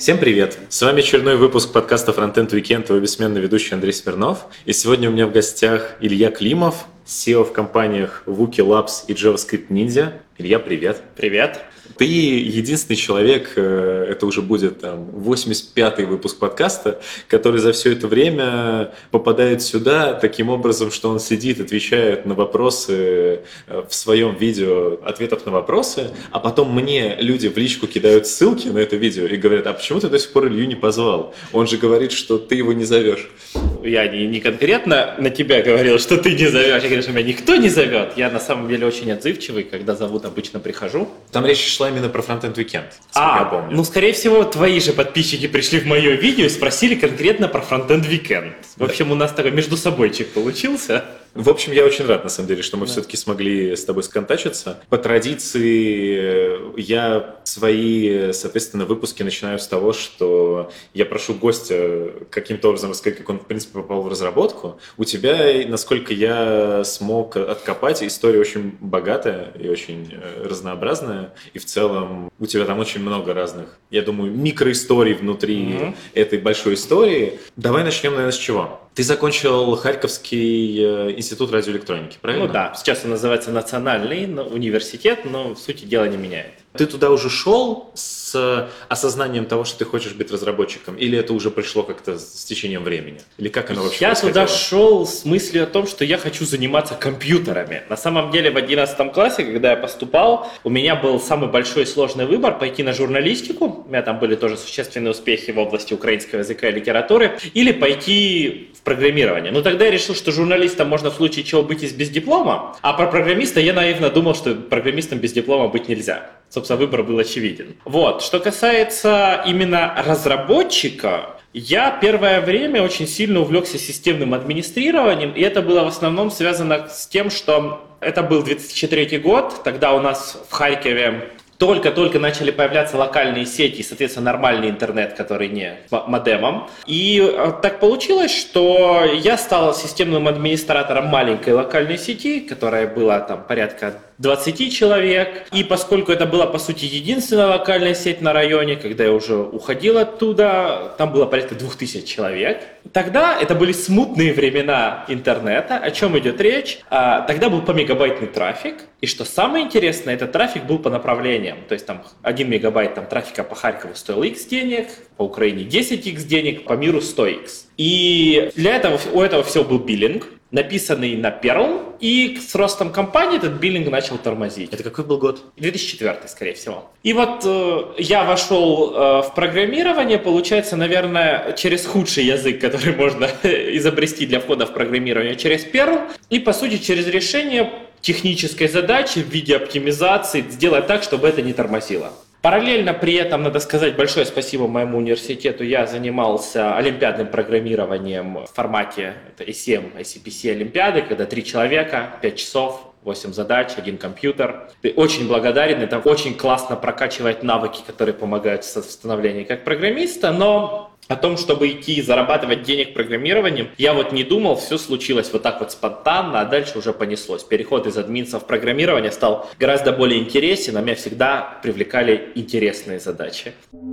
Всем привет! С вами очередной выпуск подкаста Frontend Weekend, его бессменный ведущий Андрей Смирнов. И сегодня у меня в гостях Илья Климов, SEO в компаниях Wookie Labs и JavaScript Ninja. Илья, привет! Привет! Ты единственный человек, это уже будет 85-й выпуск подкаста, который за все это время попадает сюда таким образом, что он сидит, отвечает на вопросы в своем видео, ответов на вопросы, а потом мне люди в личку кидают ссылки на это видео и говорят, а почему ты до сих пор Илью не позвал? Он же говорит, что ты его не зовешь. Я не конкретно на тебя говорил, что ты не зовешь, я говорю, что меня никто не зовет. Я на самом деле очень отзывчивый, когда зовут, обычно прихожу. Там речь шла именно про Frontend Weekend, я помню. Ну, скорее всего, твои же подписчики пришли в мое видео и спросили конкретно про Frontend Weekend. В общем, у нас такой между собойчик получился. В общем, я очень рад, на самом деле, что мы все-таки смогли с тобой сконтачиться. По традиции, я свои, соответственно, выпуски начинаю с того, что я прошу гостя каким-то образом рассказать, как он, в принципе, попал в разработку. У тебя, насколько я смог откопать, история очень богатая и очень разнообразная. И в целом у тебя там очень много разных, я думаю, микроисторий внутри этой большой истории. Давай начнем, наверное, с чего? Ты закончил Харьковский институт радиоэлектроники, правильно? Ну да, сейчас он называется Национальный университет, но в сути дела не меняет. Ты туда уже шел с осознанием того, что ты хочешь быть разработчиком? Или это уже пришло как-то с течением времени? Или как оно вообще происходило? Я туда шел с мыслью о том, что я хочу заниматься компьютерами. На самом деле в 11 классе, когда я поступал, у меня был самый большой и сложный выбор пойти на журналистику. У меня там были тоже существенные успехи в области украинского языка и литературы. Или пойти в программирование. Но тогда я решил, что журналистом можно в случае чего быть и без диплома, а про программиста я наивно думал, что программистом без диплома быть нельзя. Собственно, выбор был очевиден. Вот. Что касается именно разработчика, я первое время очень сильно увлекся системным администрированием, и это было в основном связано с тем, что это был 2003 год, тогда у нас в Харькове только-только начали появляться локальные сети, соответственно, нормальный интернет, который не модемом. И так получилось, что я стал системным администратором маленькой локальной сети, которая была там порядка 20 человек. И поскольку это была, по сути, единственная локальная сеть на районе, когда я уже уходил оттуда, там было порядка 2000 человек. Тогда это были смутные времена интернета. О чем идет речь? Тогда был по мегабайтный трафик. И что самое интересное, этот трафик был по направлениям. То есть там 1 мегабайт там, трафика по Харькову стоил X денег, по Украине 10X денег, по миру 100X. И для этого, у этого всего был биллинг, написанный на Perl, и с ростом компании этот биллинг начал тормозить. Это какой был год? 2004, скорее всего. И вот я вошел в программирование, получается, наверное, через худший язык, который можно изобрести для входа в программирование, через Perl, и, по сути, через решение технической задачи в виде оптимизации сделать так, чтобы это не тормозило. Параллельно при этом, надо сказать большое спасибо моему университету, я занимался олимпиадным программированием в формате ACM, ICPC олимпиады, когда 3 человека, 5 часов, 8 задач, 1 компьютер. Ты очень благодарен, это очень классно прокачивает навыки, которые помогают в становлении как программиста, но о том, чтобы идти зарабатывать денег программированием, я вот не думал, все случилось вот так вот спонтанно, а дальше уже понеслось. Переход из админса в программирование стал гораздо более интересен, а меня всегда привлекали интересные задачи.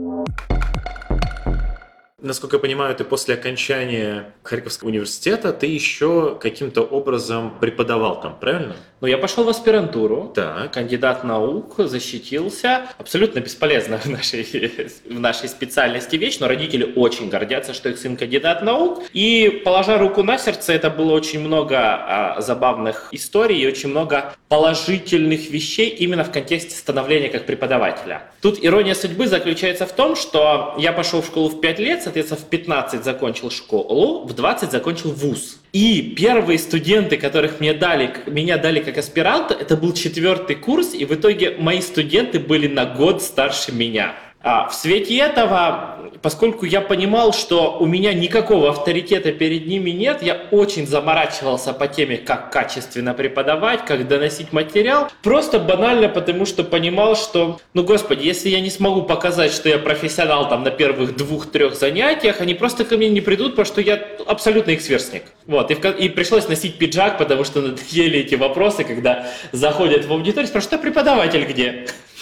Насколько я понимаю, ты после окончания Харьковского университета, ты еще каким-то образом преподавал там, правильно? Ну, я пошел в аспирантуру, так. Кандидат наук, защитился. Абсолютно бесполезно в нашей специальности вещь, но родители очень гордятся, что их сын кандидат наук. И, положа руку на сердце, это было очень много забавных историй и очень много положительных вещей именно в контексте становления как преподавателя. Тут ирония судьбы заключается в том, что я пошел в школу в 5 лет, соответственно, в 15 закончил школу, в 20 закончил вуз. И первые студенты, которых меня дали как аспиранта, это был 4-й курс, и в итоге мои студенты были на год старше меня. В свете этого, поскольку я понимал, что у меня никакого авторитета перед ними нет, я очень заморачивался по теме, как качественно преподавать, как доносить материал. Просто банально потому, что понимал, что, ну господи, если я не смогу показать, что я профессионал там на первых 2-3 занятиях, они просто ко мне не придут, потому что я абсолютно их сверстник. Вот, и пришлось носить пиджак, потому что надоели эти вопросы, когда заходят в аудиторию, спрашивают, что преподаватель где?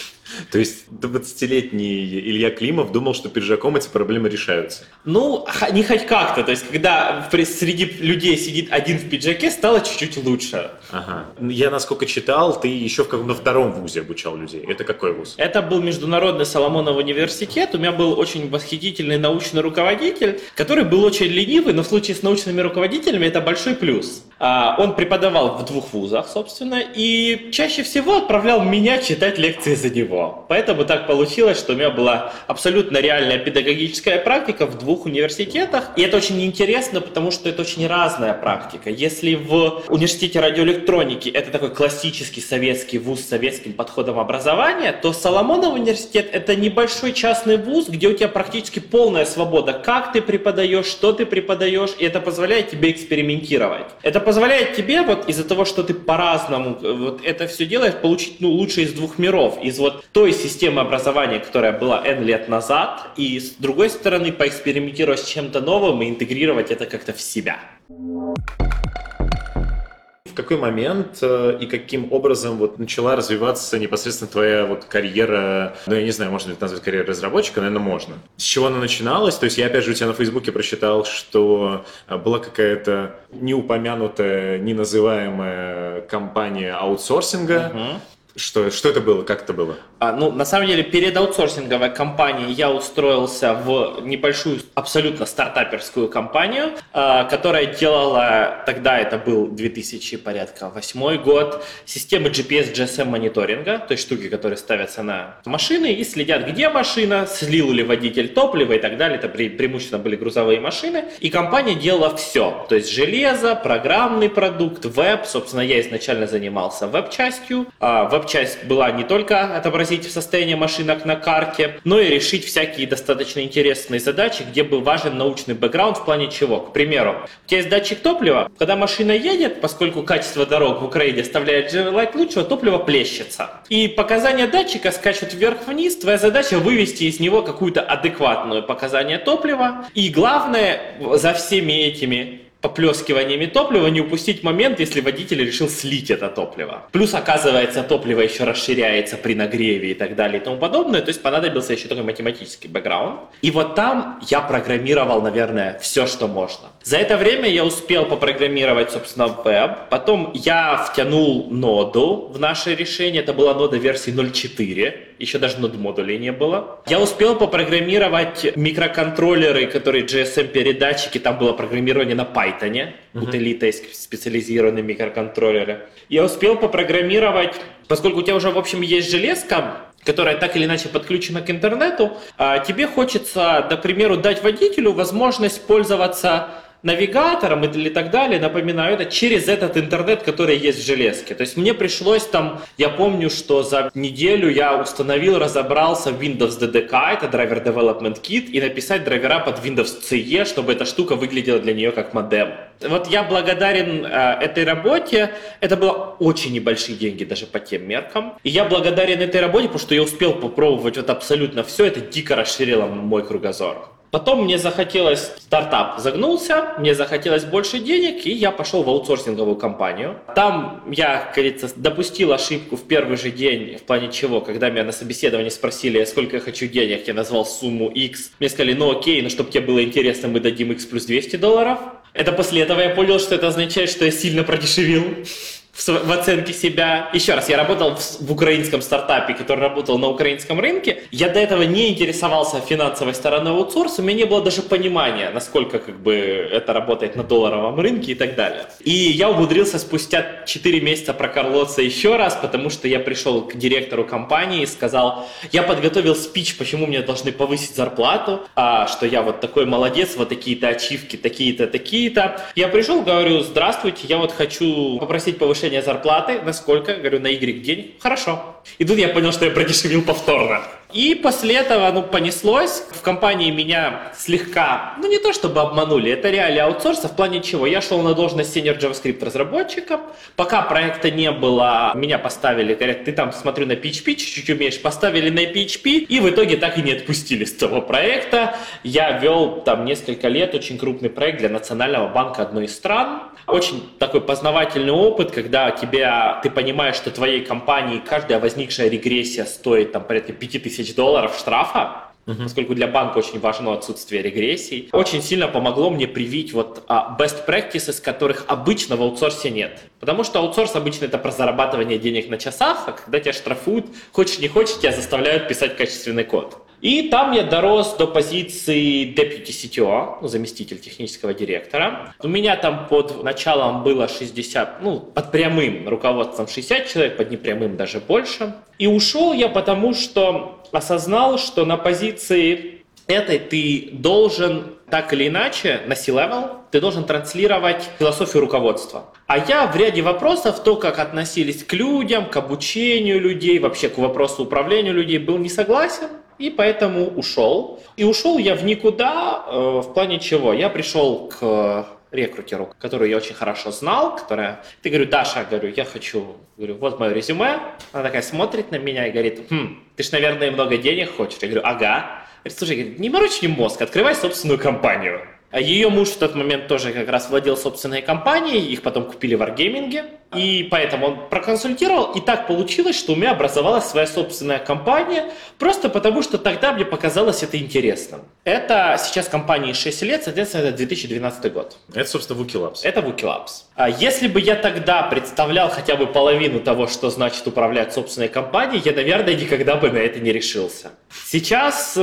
То есть 20-летний Илья Климов думал, что пиджаком эти проблемы решаются. Ну, не хоть как-то. То есть, когда среди людей сидит один в пиджаке, стало чуть-чуть лучше. Ага. Я, насколько читал, ты еще на втором вузе обучал людей. Это какой вуз? Это был Международный Соломонов университет. У меня был очень восхитительный научный руководитель, который был очень ленивый, но в случае с научными руководителями это большой плюс. Он преподавал в 2 вузах, собственно, и чаще всего отправлял меня читать лекции за него. Поэтому так получилось, что у меня была абсолютно реальная педагогическая практика в 2 университетах. И это очень интересно, потому что это очень разная практика. Если в университете радиоэлектроники это такой классический советский вуз с советским подходом образования, то Соломонов университет это небольшой частный вуз, где у тебя практически полная свобода, как ты преподаешь, что ты преподаешь, и это позволяет тебе экспериментировать. Это позволяет тебе вот из-за того, что ты по-разному вот это все делаешь, получить лучшее из 2 миров, из вот той системы образования, которая была N лет назад, и с другой стороны поэкспериментировать с чем-то новым и интегрировать это как-то в себя. В какой момент и каким образом вот начала развиваться непосредственно твоя вот карьера, ну я не знаю, можно ли это назвать карьерой разработчика, наверное, можно. С чего она начиналась? То есть я опять же у тебя на Фейсбуке прочитал, что была какая-то неупомянутая, неназываемая компания аутсорсинга. Что это было? Как это было? На самом деле, перед аутсорсинговой компанией я устроился в небольшую, абсолютно стартаперскую компанию, которая делала, тогда это был 2008 год, системы GPS, GSM мониторинга, то есть штуки, которые ставятся на машины и следят, где машина, слил ли водитель топливо и так далее. Это преимущественно были грузовые машины. И компания делала все, то есть железо, программный продукт, веб. Собственно, я изначально занимался веб-частью. Веб-часть была не только отобразить состояние машинок на карте, но и решить всякие достаточно интересные задачи, где был важен научный бэкграунд в плане чего. К примеру, у тебя есть датчик топлива, когда машина едет, поскольку качество дорог в Украине оставляет желать лучшего, топливо плещется. И показания датчика скачут вверх-вниз, твоя задача вывести из него какую-то адекватную показание топлива. И главное, за всеми этими поплескиваниями топлива не упустить момент, если водитель решил слить это топливо. Плюс, оказывается, топливо еще расширяется при нагреве и так далее и тому подобное, то есть понадобился еще такой математический бэкграунд. И вот там я программировал, наверное, все, что можно. За это время я успел попрограммировать, собственно, веб, потом я втянул ноду в наше решение, это была нода версии 0.4, еще даже нод-модулей не было. Я успел попрограммировать микроконтроллеры, которые GSM-передатчики, там было программирование на Python, утилитой специализированные микроконтроллеры. Я успел попрограммировать, поскольку у тебя уже, в общем, есть железка, которая так или иначе подключена к интернету, тебе хочется, например, дать водителю возможность пользоваться навигатором или так далее, напоминаю, это через этот интернет, который есть в железке. То есть мне пришлось там, я помню, что за неделю я установил, разобрался в Windows DDK, это Driver Development Kit, и написать драйвера под Windows CE, чтобы эта штука выглядела для нее как модем. Вот я благодарен этой работе, это было очень небольшие деньги даже по тем меркам, и я благодарен этой работе, потому что я успел попробовать вот абсолютно все, это дико расширило мой кругозор. Потом мне захотелось, стартап загнулся, мне захотелось больше денег, и я пошел в аутсорсинговую компанию. Там я, как говорится, допустил ошибку в первый же день, в плане чего, когда меня на собеседовании спросили, сколько я хочу денег, я назвал сумму X. Мне сказали, ну окей, но чтобы тебе было интересно, мы дадим X плюс $200. Это после этого я понял, что это означает, что я сильно продешевил в оценке себя. Еще раз, я работал в украинском стартапе, который работал на украинском рынке. Я до этого не интересовался финансовой стороной аутсорса, у меня не было даже понимания, насколько это работает на долларовом рынке и так далее. И я умудрился спустя 4 месяца проколоться еще раз, потому что я пришел к директору компании и сказал, я подготовил спич, почему мне должны повысить зарплату, что я вот такой молодец, вот такие-то ачивки, такие-то, такие-то. Я пришел, говорю, здравствуйте, я вот хочу попросить повышение зарплаты. На сколько? Говорю, на Y день. Хорошо. И тут я понял, что я продешевил повторно. И после этого, понеслось. В компании меня слегка, не то чтобы обманули, это реалии аутсорса, в плане чего. Я шел на должность senior JavaScript разработчика. Пока проекта не было, меня поставили, говорят, ты там, смотрю, на PHP чуть-чуть умеешь, поставили на PHP, и в итоге так и не отпустили с того проекта. Я вел там несколько лет очень крупный проект для Национального банка одной из стран. Очень такой познавательный опыт, когда ты понимаешь, что твоей компании каждая возникшая регрессия стоит там порядка $5000 штрафа, поскольку для банка очень важно отсутствие регрессий. Очень сильно помогло мне привить best practices, которых обычно в аутсорсе нет. Потому что аутсорс обычно это про зарабатывание денег на часах, а когда тебя штрафуют, хочешь не хочешь, тебя заставляют писать качественный код. И там я дорос до позиции Deputy CTO, заместитель технического директора. У меня там под началом было 60, под прямым руководством 60 человек, под непрямым даже больше. И ушел я потому, что осознал, что на позиции этой ты должен так или иначе на C-level, ты должен транслировать философию руководства. А я в ряде вопросов, то, как относились к людям, к обучению людей, вообще к вопросу управления людей, был не согласен. И поэтому ушел. И ушел я в никуда, в плане чего? Я пришел к рекрутеру, которую я очень хорошо знал, ты, говорю, Даша, я хочу, вот мое резюме. Она такая смотрит на меня и говорит, ты ж, наверное, много денег хочешь. Я говорю, ага. Говорит, слушай, не морочь мне мозг, открывай собственную компанию. А ее муж в тот момент тоже как раз владел собственной компанией, их потом купили в Wargaming, и поэтому он проконсультировал, и так получилось, что у меня образовалась своя собственная компания, просто потому что тогда мне показалось это интересным. Это сейчас компании 6 лет, соответственно, это 2012 год. Это, собственно, Wookie Labs. Это Wookie Labs. А если бы я тогда представлял хотя бы половину того, что значит управлять собственной компанией, я, наверное, никогда бы на это не решился. Сейчас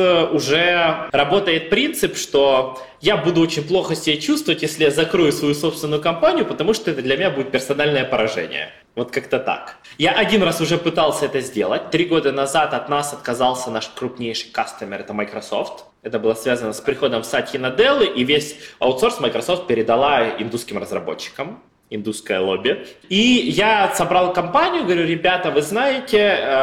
уже работает принцип, что я буду очень плохо себя чувствовать, если я закрою свою собственную компанию, потому что это для меня будет персональное поражение. Вот как-то так. Я один раз уже пытался это сделать. 3 года назад от нас отказался наш крупнейший кастомер, это Microsoft. Это было связано с приходом Сатьи Наделлы, и весь аутсорс Microsoft передала индусским разработчикам. Индусское лобби. И я собрал компанию, говорю, ребята, вы знаете,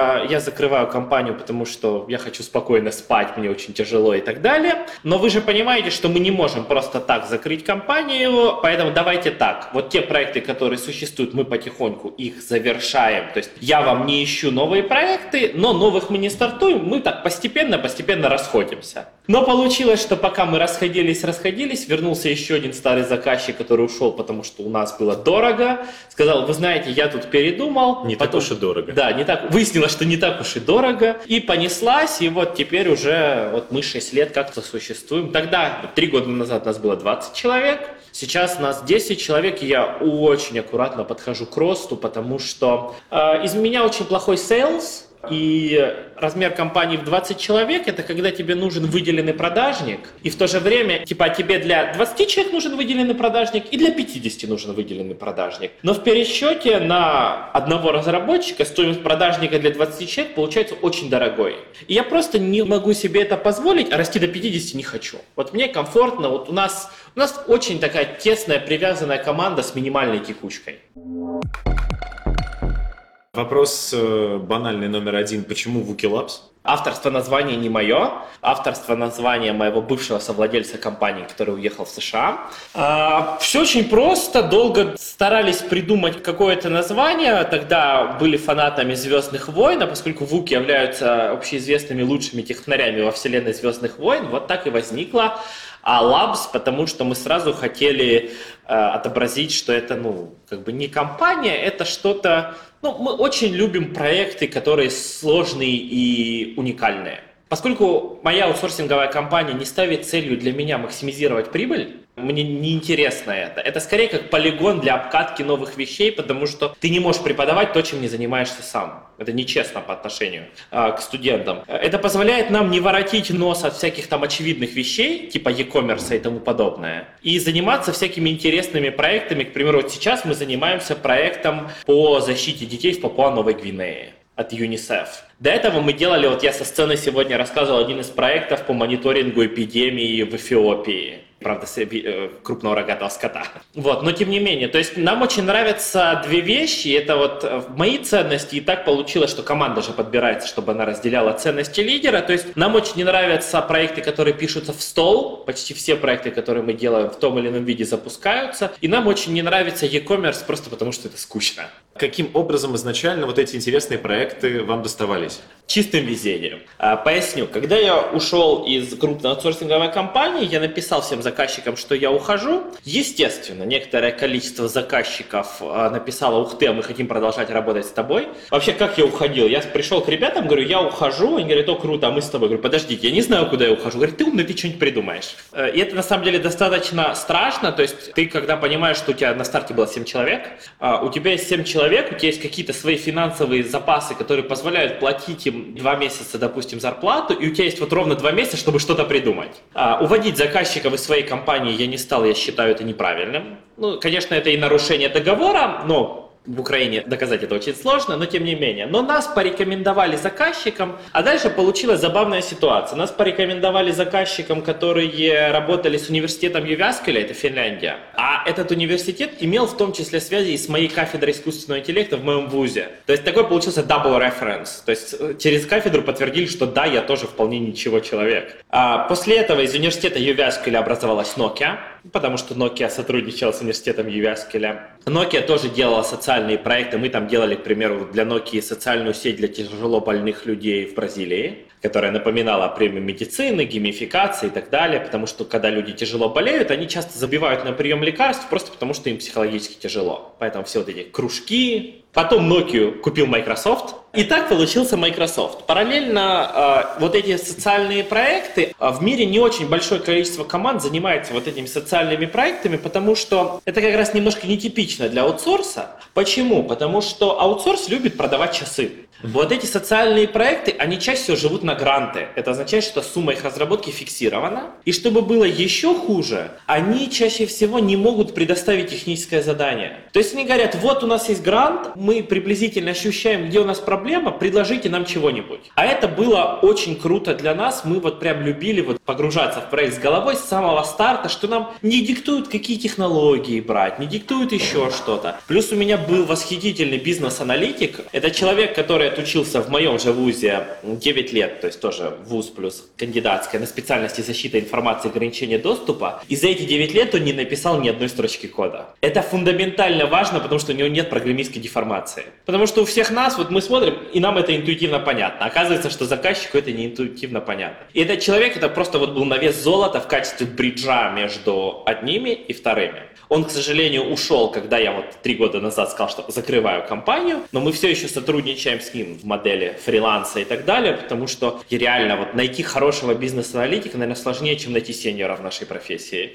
я закрываю компанию, потому что я хочу спокойно спать, мне очень тяжело и так далее. Но вы же понимаете, что мы не можем просто так закрыть компанию, поэтому давайте так. Вот те проекты, которые существуют, мы потихоньку их завершаем. То есть я вам не ищу новые проекты, но новых мы не стартуем, мы так постепенно расходимся. Но получилось, что пока мы расходились, вернулся еще один старый заказчик, который ушел, потому что у нас было дорого. Сказал, вы знаете, я тут передумал. Так уж и дорого. Да, выяснилось, что не так уж и дорого. И понеслась, и вот теперь уже мы 6 лет как-то существуем. Тогда, 3 года назад, нас было 20 человек. Сейчас нас 10 человек, и я очень аккуратно подхожу к росту, потому что из меня очень плохой сейлс. И размер компании в 20 человек – это когда тебе нужен выделенный продажник, и в то же время, тебе для 20 человек нужен выделенный продажник, и для 50 нужен выделенный продажник. Но в пересчете на одного разработчика стоимость продажника для 20 человек получается очень дорогой. И я просто не могу себе это позволить, а расти до 50 не хочу. Вот мне комфортно, у нас очень такая тесная, привязанная команда с минимальной текучкой. Вопрос банальный номер 1. Почему Wookie Labs? Авторство названия не мое, авторство названия моего бывшего совладельца компании, который уехал в США. Все очень просто, долго старались придумать какое-то название, тогда были фанатами «Звездных войн», а поскольку Wookie являются общеизвестными лучшими технарями во вселенной «Звездных войн», вот так и возникло. А Labs, потому что мы сразу хотели отобразить, что это, не компания, это что-то... мы очень любим проекты, которые сложные и уникальные. Поскольку моя аутсорсинговая компания не ставит целью для меня максимизировать прибыль, мне не интересно это. Это скорее как полигон для обкатки новых вещей, потому что ты не можешь преподавать то, чем не занимаешься сам. Это нечестно по отношению к студентам. Это позволяет нам не воротить нос от всяких там очевидных вещей, типа e-commerce и тому подобное, и заниматься всякими интересными проектами. К примеру, вот сейчас мы занимаемся проектом по защите детей в Папуа-Новой Гвинее. от ЮНИСЕФ. До этого мы делали, вот я со сцены сегодня рассказывал один из проектов по мониторингу эпидемии в Эфиопии. Правда, крупного рогатого скота. Вот, но тем не менее, то есть нам очень нравятся две вещи. Это вот мои ценности, и так получилось, что команда же подбирается, чтобы она разделяла ценности лидера. То есть нам очень не нравятся проекты, которые пишутся в стол. Почти все проекты, которые мы делаем в том или ином виде, запускаются. И нам очень не нравится e-commerce, просто потому что это скучно. Каким образом изначально вот эти интересные проекты вам доставались? Чистым везением. Поясню. Когда я ушел из крупной аутсорсинговой компании, я написал всем заказчикам, что я ухожу. Естественно, некоторое количество заказчиков написало: ух ты, а мы хотим продолжать работать с тобой. Вообще, как я уходил? Я пришел к ребятам, говорю, я ухожу. Они говорят, о, круто, а мы с тобой. Я говорю, подождите, я не знаю, куда я ухожу. Говорят, ты умный, ты что-нибудь придумаешь. И это на самом деле достаточно страшно. То есть ты, когда понимаешь, что у тебя на старте было 7 человек, у тебя есть 7 человек, у тебя есть какие-то свои финансовые запасы, которые позволяют платить им 2 месяца, допустим, зарплату, и у тебя есть вот ровно 2 месяца, чтобы что-то придумать. Уводить заказчиков из своей компании я не стал, я считаю это неправильным. Ну, конечно, это и нарушение договора, но в Украине доказать это очень сложно, но тем не менее. Но нас порекомендовали заказчикам, а дальше получилась забавная ситуация. Нас порекомендовали заказчикам, которые работали с университетом Ювяскеля, это Финляндия. А этот университет имел в том числе связи и с моей кафедрой искусственного интеллекта в моем вузе. То есть такой получился double reference. То есть через кафедру подтвердили, что да, я тоже вполне ничего человек. После этого из университета Ювяскеля образовалась Nokia, потому что Nokia сотрудничала с университетом Ювяскеля. Nokia тоже делала социальные проекты. Мы там делали, к примеру, для Nokia социальную сеть для тяжело больных людей в Бразилии, которая напоминала о премии медицины, геймификации и так далее, потому что когда люди тяжело болеют, они часто забивают на прием лекарств просто потому, что им психологически тяжело. Поэтому все вот эти кружки. Потом Nokia купил Microsoft, и так получился Microsoft. Параллельно вот эти социальные проекты, в мире не очень большое количество команд занимается вот этими социальными проектами, потому что это как раз немножко нетипично для аутсорса. Почему? Потому что аутсорс любит продавать часы. Вот эти социальные проекты, они чаще всего живут на гранты. Это означает, что сумма их разработки фиксирована. И чтобы было еще хуже, они чаще всего не могут предоставить техническое задание. То есть они говорят, вот у нас есть грант, мы приблизительно ощущаем, где у нас проблема, предложите нам чего-нибудь. А это было очень круто для нас. Мы вот прям любили вот погружаться в проект с головой с самого старта, что нам не диктуют, какие технологии брать, не диктуют еще что-то. Плюс у меня был восхитительный бизнес-аналитик. Это человек, который отучился в моем же вузе 9 лет, то есть тоже вуз плюс кандидатская на специальности защита информации и ограничения доступа. И за эти 9 лет он не написал ни одной строчки кода. Это фундаментально важно, потому что у него нет программистской деформации. Потому что у всех нас, вот мы смотрим, и нам это интуитивно понятно. Оказывается, что заказчику это не интуитивно понятно. И этот человек, это просто вот был на вес золота в качестве бриджа между одними и вторыми. Он, к сожалению, ушел, когда я вот 3 года назад сказал, что закрываю компанию, но мы все еще сотрудничаем с ним в модели фриланса и так далее, потому что реально вот найти хорошего бизнес-аналитика, наверное, сложнее, чем найти сеньора в нашей профессии.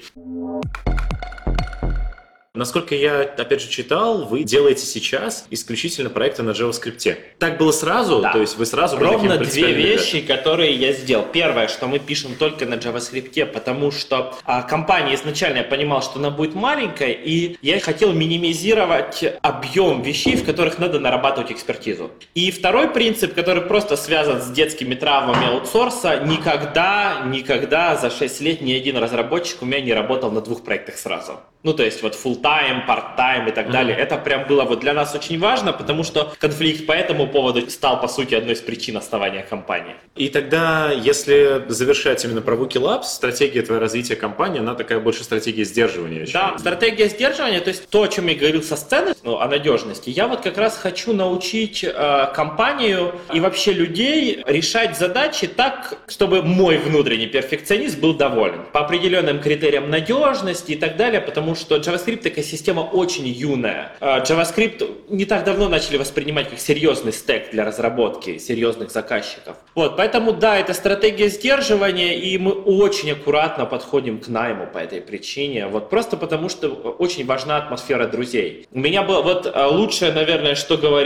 Насколько я, опять же, читал, вы делаете сейчас исключительно проекты на JavaScript. Так было сразу? Да. То есть вы сразу были ровно таким 2 вещи, которые я сделал. Первое, что мы пишем только на JavaScript, потому что компания изначально, я понимал, что она будет маленькая, и я хотел минимизировать объем вещей, в которых надо нарабатывать экспертизу. И второй принцип, который просто связан с детскими травмами аутсорса, никогда за 6 лет ни один разработчик у меня не работал на 2 проектах сразу. Ну, то есть вот full-time, part-time и так далее. Это прям было вот для нас очень важно, потому что конфликт по этому поводу стал, по сути, одной из причин основания компании. И тогда, если завершать именно про Wookie Labs, стратегия твоего развития компании, она такая больше стратегия сдерживания. Да, стратегия сдерживания, то есть то, о чем я говорил со сцены, о надежности, я вот как раз хочу научить компанию и вообще людей решать задачи так, чтобы мой внутренний перфекционист был доволен. По определенным критериям надежности и так далее, потому что JavaScript экосистема очень юная. JavaScript не так давно начали воспринимать как серьезный стэк для разработки серьезных заказчиков. Вот, поэтому да, это стратегия сдерживания, и мы очень аккуратно подходим к найму по этой причине. Вот просто потому, что очень важна атмосфера друзей. У меня было вот лучшее, наверное, что говорит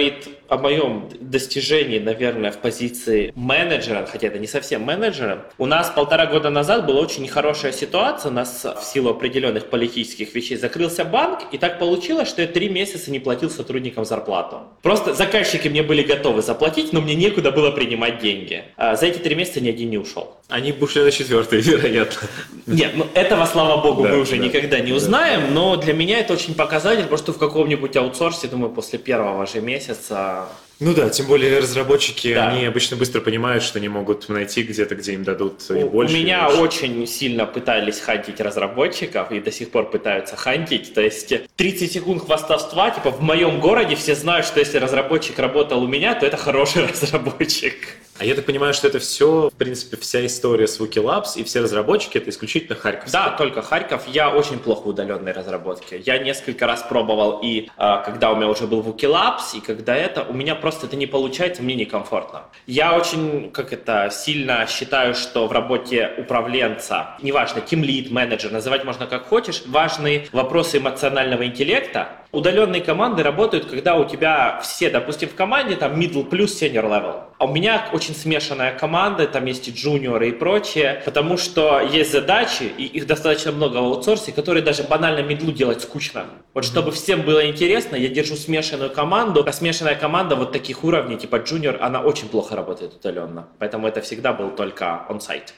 о моем достижении, наверное, в позиции менеджера, хотя это не совсем менеджера. У нас 1,5 года назад была очень нехорошая ситуация. У нас в силу определенных политических вещей закрылся банк, и так получилось, что я 3 месяца не платил сотрудникам зарплату. Просто заказчики мне были готовы заплатить, но мне некуда было принимать деньги. За эти 3 месяца ни один не ушел. Они бы ушли на 4-й, вероятно. Нет, ну этого, слава богу, Да, мы уже да. никогда не узнаем, но для меня это очень показатель, потому что в каком-нибудь аутсорсе, думаю, после первого же месяца... Ну да, тем более разработчики, Да. они обычно быстро понимают, что не могут найти где-то, где им дадут и У больше. и меня больше. очень сильно пытались хантить разработчиков и до сих пор пытаются хантить. То есть 30 секунд хвастовства, типа в моем городе все знают, что если разработчик работал у меня, то это хороший разработчик. А я так понимаю, что это все, в принципе, вся история с Wookie Labs и все разработчики, это исключительно Харьков. Да, только Харьков. Я очень плохо в удаленной разработке. Я несколько раз пробовал, и когда у меня уже был Wookie Labs, и когда у меня просто это не получается, мне некомфортно. Я очень, сильно считаю, что в работе управленца, неважно, тимлид, менеджер, называть можно как хочешь, важны вопросы эмоционального интеллекта. Удаленные команды работают, когда у тебя все, допустим, в команде там middle плюс senior level. А у меня очень смешанная команда, там есть и джуниоры и прочее, потому что есть задачи, и их достаточно много в аутсорсе, которые даже банально мидлу делать скучно. Вот чтобы всем было интересно, я держу смешанную команду, а смешанная команда вот таких уровней, типа джуниор, она очень плохо работает удаленно. Поэтому это всегда был только on-site.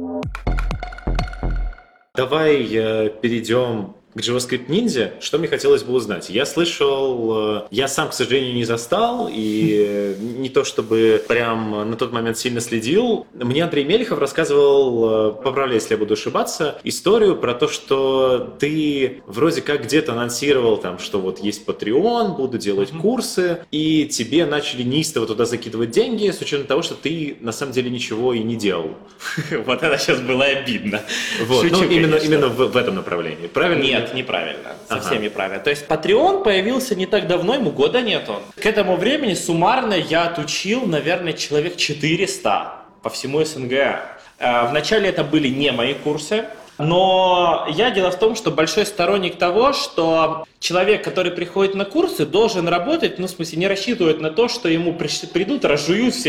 Давай перейдем к JavaScript Ninja. Что мне хотелось бы узнать? Я слышал, я сам, к сожалению, не застал, и не то чтобы прям на тот момент сильно следил. Мне Андрей Мелехов рассказывал, поправляй, если я буду ошибаться, историю про то, что ты вроде как где-то анонсировал, там, что вот есть Patreon, буду делать курсы, и тебе начали неистово туда закидывать деньги, с учетом того, что ты на самом деле ничего и не делал. Вот это сейчас было обидно. Вот. Шучу, Ну, именно конечно. в этом направлении. Правильно? Нет, неправильно. Совсем Ага. неправильно. То есть Patreon появился не так давно, ему года нету. К этому времени суммарно я отучил, наверное, человек 400 по всему СНГ. Вначале это были не мои курсы. Но дело в том, что большой сторонник того, что человек, который приходит на курсы, должен работать, в смысле, не рассчитывать на то, что ему придут, разжуют все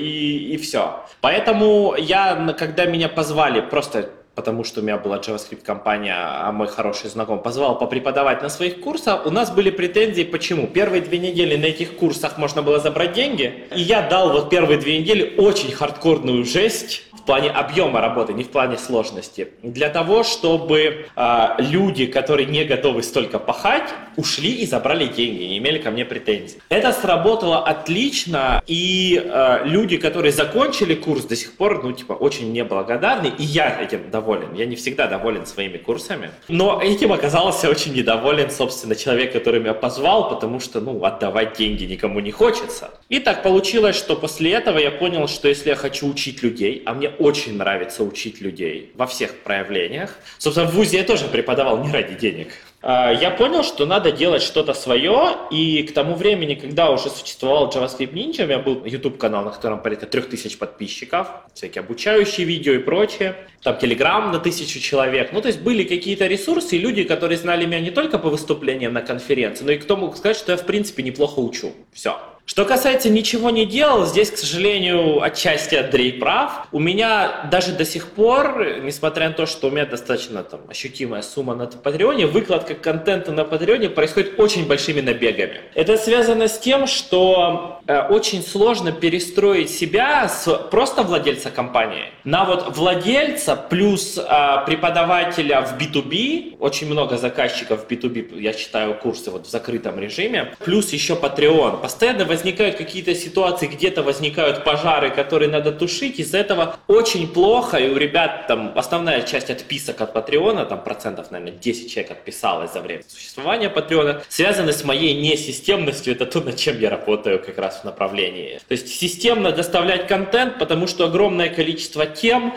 и все. Поэтому когда меня позвали просто потому что у меня была JavaScript-компания, а мой хороший знакомый позвал попреподавать на своих курсах, у нас были претензии, почему? Первые 2 недели на этих курсах можно было забрать деньги, и я дал вот первые 2 недели очень хардкорную жесть в плане объема работы, не в плане сложности, для того, чтобы люди, которые не готовы столько пахать, ушли и забрали деньги, не имели ко мне претензий. Это сработало отлично, и люди, которые закончили курс, до сих пор, очень мне благодарны, и я этим доволен. Я не всегда доволен своими курсами, но этим оказался очень недоволен, собственно, человек, который меня позвал, потому что, отдавать деньги никому не хочется. И так получилось, что после этого я понял, что если я хочу учить людей, а мне очень нравится учить людей во всех проявлениях, собственно, в ВУЗе я тоже преподавал не ради денег, я понял, что надо делать что-то свое, и к тому времени, когда уже существовал JavaScript Ninja, у меня был YouTube-канал, на котором порядка 3000 подписчиков, всякие обучающие видео и прочее, там Telegram на 1000 человек, то есть были какие-то ресурсы, и люди, которые знали меня не только по выступлениям на конференции, но и кто мог сказать, что я в принципе неплохо учу. Все. Что касается ничего не делал, здесь, к сожалению, отчасти Андрей прав. У меня даже до сих пор, несмотря на то, что у меня достаточно ощутимая сумма на Патреоне, выкладка контента на Патреоне происходит очень большими набегами. Это связано с тем, что очень сложно перестроить себя с просто владельца компании на владельца плюс преподавателя в B2B. Очень много заказчиков в B2B, я читаю курсы в закрытом режиме, плюс еще Patreon. Постоянно возникают какие-то ситуации, где-то возникают пожары, которые надо тушить, из-за этого очень плохо, и у ребят основная часть отписок от Патреона, процентов, наверное, 10 человек отписалось за время существования Патреона, связаны с моей несистемностью, это то, над чем я работаю как раз в направлении. То есть системно доставлять контент, потому что огромное количество тем,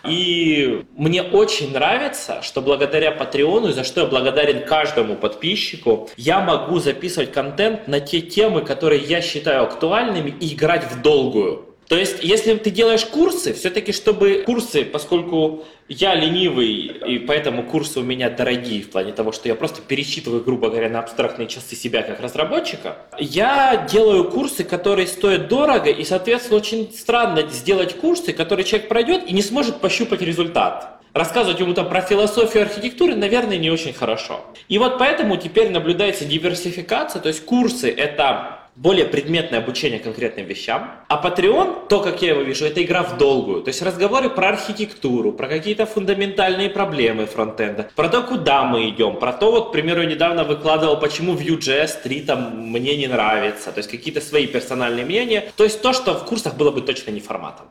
и мне очень нравится, что благодаря Патреону, и за что я благодарен каждому подписчику, я могу записывать контент на те темы, которые я считаю актуальными, и играть в долгую. То есть, если ты делаешь курсы, все-таки чтобы курсы, поскольку я ленивый, и поэтому курсы у меня дорогие в плане того, что я просто пересчитываю, грубо говоря, на абстрактные часы себя как разработчика, я делаю курсы, которые стоят дорого, и, соответственно, очень странно сделать курсы, которые человек пройдет и не сможет пощупать результат. Рассказывать ему там про философию архитектуры, наверное, не очень хорошо. И вот поэтому теперь наблюдается диверсификация, то есть курсы — это более предметное обучение конкретным вещам. А Patreon, то, как я его вижу, это игра в долгую. То есть разговоры про архитектуру, про какие-то фундаментальные проблемы фронтенда, про то, куда мы идем, про то, вот, к примеру, я недавно выкладывал, почему Vue.js 3 там мне не нравится, то есть какие-то свои персональные мнения. То есть то, что в курсах было бы точно не форматом.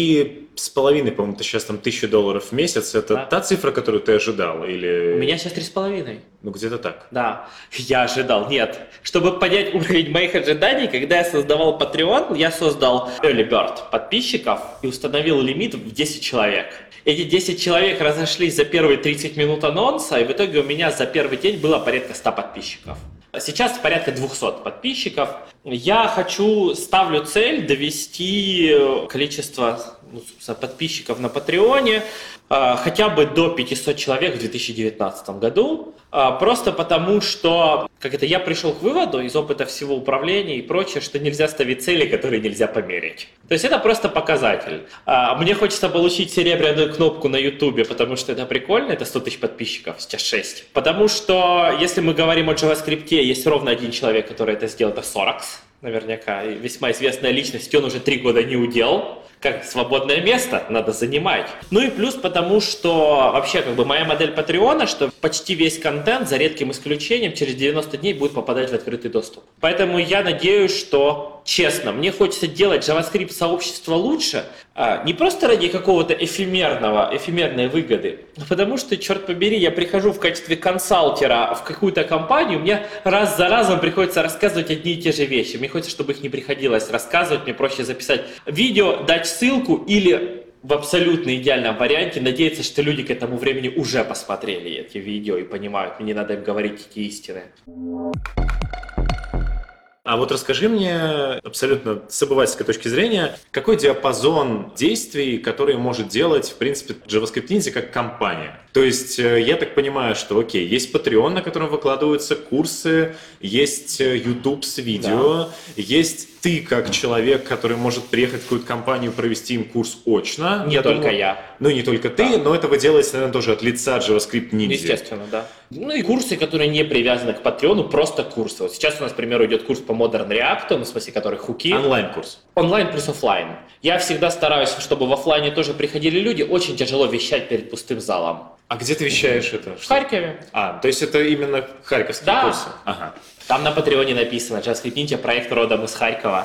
3,5, по-моему, ты сейчас там $1000 в месяц. Это Да. та цифра, которую ты ожидал? Или... У меня сейчас 3,5. Ну, где-то так. Да, я ожидал, нет. Чтобы понять уровень моих ожиданий, когда я создавал Patreon, я создал Early Bird подписчиков и установил лимит в 10 человек. Эти 10 человек разошлись за первые 30 минут анонса, и в итоге у меня за первый день было порядка 100 подписчиков. Сейчас порядка 200 подписчиков. Я ставлю цель довести количество подписчиков на Патреоне хотя бы до 500 человек в 2019 году. Просто потому, что я пришел к выводу из опыта всего управления и прочее, что нельзя ставить цели, которые нельзя померить. То есть это просто показатель. Мне хочется получить серебряную кнопку на YouTube, потому что это прикольно, это 100 тысяч подписчиков, сейчас 6. Потому что если мы говорим о JavaScript, есть ровно один человек, который это сделал, это Sorax, наверняка, и весьма известная личность, и он уже 3 года не удел. Как свободное место надо занимать. Ну и плюс потому, что вообще моя модель Патреона, что почти весь контент, за редким исключением, через 90 дней будет попадать в открытый доступ. Поэтому я надеюсь, что, честно, мне хочется делать JavaScript сообщество лучше, не просто ради какого-то эфемерной выгоды, а потому что, черт побери, я прихожу в качестве консалтера в какую-то компанию, мне раз за разом приходится рассказывать одни и те же вещи. Мне хочется, чтобы их не приходилось рассказывать, мне проще записать видео, дать ссылку или в абсолютно идеальном варианте надеяться, что люди к этому времени уже посмотрели эти видео и понимают, мне не надо им говорить эти истины. А вот расскажи мне абсолютно с обывательской точки зрения, какой диапазон действий, которые может делать, в принципе, JavaScript Ninja как компания. То есть я так понимаю, что окей, есть Patreon, на котором выкладываются курсы, есть YouTube с видео, есть ты как человек, который может приехать в какую-то компанию, провести им курс очно. Не только я. Ну, не только ты, но это вы делаете, наверное, тоже от лица JavaScript Ninja. Естественно, да. Ну и курсы, которые не привязаны к Patreon, просто курсы. Вот сейчас у нас, к примеру, идет курс по Modern React, в смысле, который хуки. Онлайн-курс. Онлайн плюс офлайн. Я всегда стараюсь, чтобы в офлайне тоже приходили люди. Очень тяжело вещать перед пустым залом. А где ты вещаешь это? В Харькове. То есть это именно харьковские курсы? Ага. Там на Патреоне написано JavaScript Ninja, проект родом из Харькова.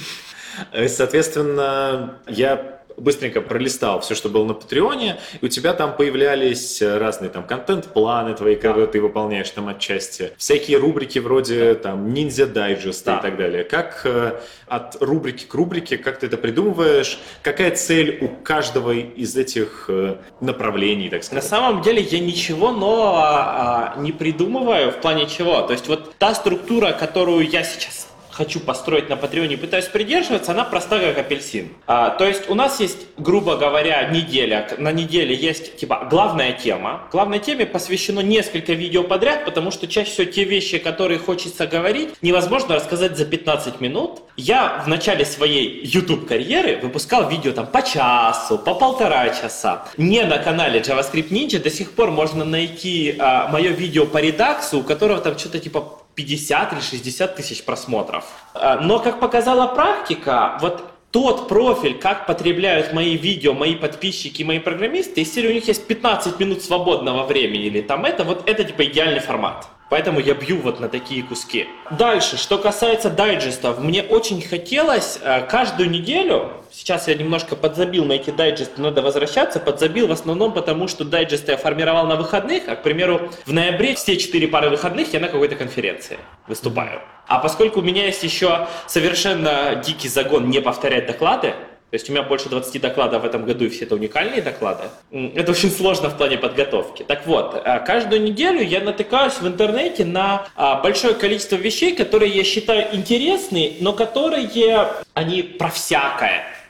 Соответственно, я быстренько пролистал все, что было на Патреоне, и у тебя там появлялись разные там контент-планы твои, которые ты выполняешь там отчасти, всякие рубрики вроде там ниндзя дайджеста и так далее. Как от рубрики к рубрике, как ты это придумываешь, какая цель у каждого из этих направлений, так сказать? На самом деле я ничего нового не придумываю, в плане чего. То есть вот та структура, которую я сейчас хочу построить на Патреоне и пытаюсь придерживаться, она проста как апельсин. То есть у нас есть, грубо говоря, неделя. На неделе есть главная тема. Главной теме посвящено несколько видео подряд, потому что чаще всего те вещи, которые хочется говорить, невозможно рассказать за 15 минут. Я в начале своей YouTube-карьеры выпускал видео там по часу, по 1,5 часа. Не на канале JavaScript Ninja до сих пор можно найти мое видео по редаксу, у которого там что-то 50 или 60 тысяч просмотров. Но, как показала практика, вот тот профиль, как потребляют мои видео, мои подписчики, мои программисты, если у них есть 15 минут свободного времени или там это идеальный формат. Поэтому я бью вот на такие куски. Дальше, что касается дайджестов, мне очень хотелось каждую неделю, сейчас я немножко подзабил на эти дайджесты, надо возвращаться, подзабил в основном потому, что дайджесты я формировал на выходных, а, к примеру, в ноябре все 4 пары выходных я на какой-то конференции выступаю. А поскольку у меня есть еще совершенно дикий загон не повторять доклады, то есть у меня больше 20 докладов в этом году, и все это уникальные доклады. Это очень сложно в плане подготовки. Так вот, каждую неделю я натыкаюсь в интернете на большое количество вещей, которые я считаю интересны, но которые, они про всякое.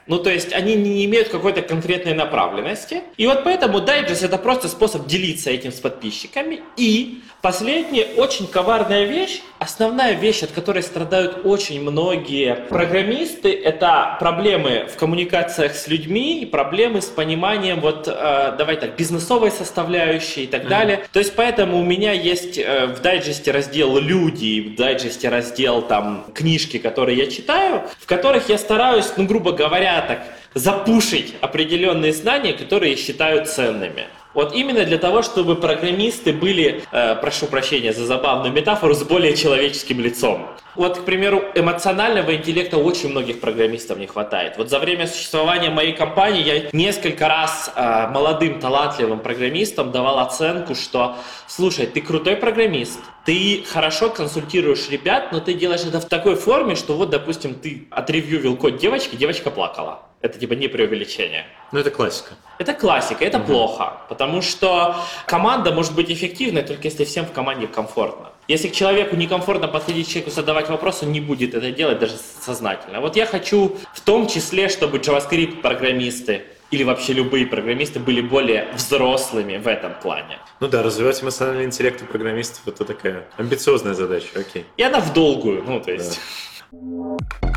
Ну, то есть они не имеют какой-то конкретной направленности. И вот поэтому дайджест — это просто способ делиться этим с подписчиками. И последняя очень коварная вещь, основная вещь, от которой страдают очень многие программисты, это проблемы в коммуникациях с людьми, проблемы с пониманием давай так, бизнесовой составляющей и так далее. То есть поэтому у меня есть в дайджесте раздел «Люди», в дайджесте раздел там «Книжки», которые я читаю, в которых я стараюсь, грубо говоря, так запушить определенные знания, которые я считаю ценными. Вот именно для того, чтобы программисты были, прошу прощения за забавную метафору, с более человеческим лицом. Вот, к примеру, эмоционального интеллекта очень многих программистов не хватает. Вот за время существования моей компании я несколько раз молодым талантливым программистам давал оценку, что, слушай, ты крутой программист, ты хорошо консультируешь ребят, но ты делаешь это в такой форме, что вот, допустим, ты отревьювил код девочки, девочка плакала. Это типа не преувеличение. Ну, это классика. Это классика, это плохо, потому что команда может быть эффективной, только если всем в команде комфортно. Если к человеку некомфортно подходить, человеку задавать вопрос, он не будет это делать даже сознательно. Вот я хочу в том числе, чтобы JavaScript-программисты или вообще любые программисты были более взрослыми в этом плане. Ну да, развивать эмоциональный интеллект у программистов — это такая амбициозная задача, окей. И она в долгую, то есть... Да.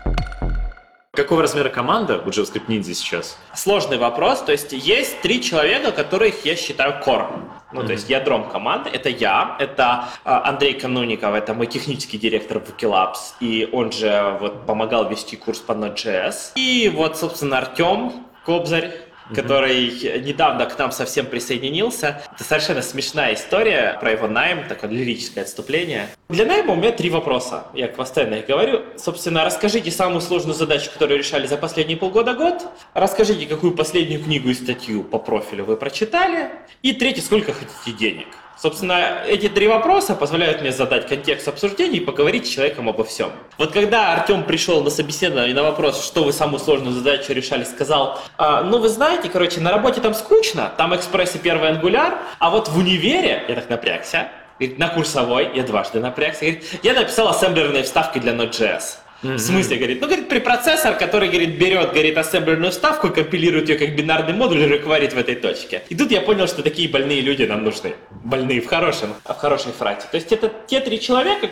Какого размера команда у JavaScript Ninja сейчас? Сложный вопрос. То есть 3 человека, которых я считаю core. То есть ядром команды. Это я, это Андрей Кануников, это мой технический директор в Wikilabs, и он же помогал вести курс по Node.js. И собственно, Артем Кобзарь, который недавно к нам совсем присоединился. Это совершенно смешная история про его найм, такое лирическое отступление. Для найма у меня 3 вопроса, я постоянно их говорю. Собственно, расскажите самую сложную задачу, которую решали за последние полгода-год. Расскажите, какую последнюю книгу и статью по профилю вы прочитали. И 3, сколько хотите денег. Собственно, эти 3 вопроса позволяют мне задать контекст обсуждения и поговорить с человеком обо всем. Вот когда Артем пришел на собеседование и на вопрос, что вы самую сложную задачу решали, сказал: вы знаете, на работе там скучно, там экспресс и первый ангуляр, а вот в универе, я так напрягся, говорит, на курсовой, я дважды напрягся, говорит, я написал ассемблерные вставки для Node.js. В смысле, говорит, препроцессор, который, берет, ассемблерную вставку, компилирует ее как бинарный модуль и рекварит в этой точке. И тут я понял, что такие больные люди нам нужны. Больные в хорошей фразе. То есть это те 3 человека,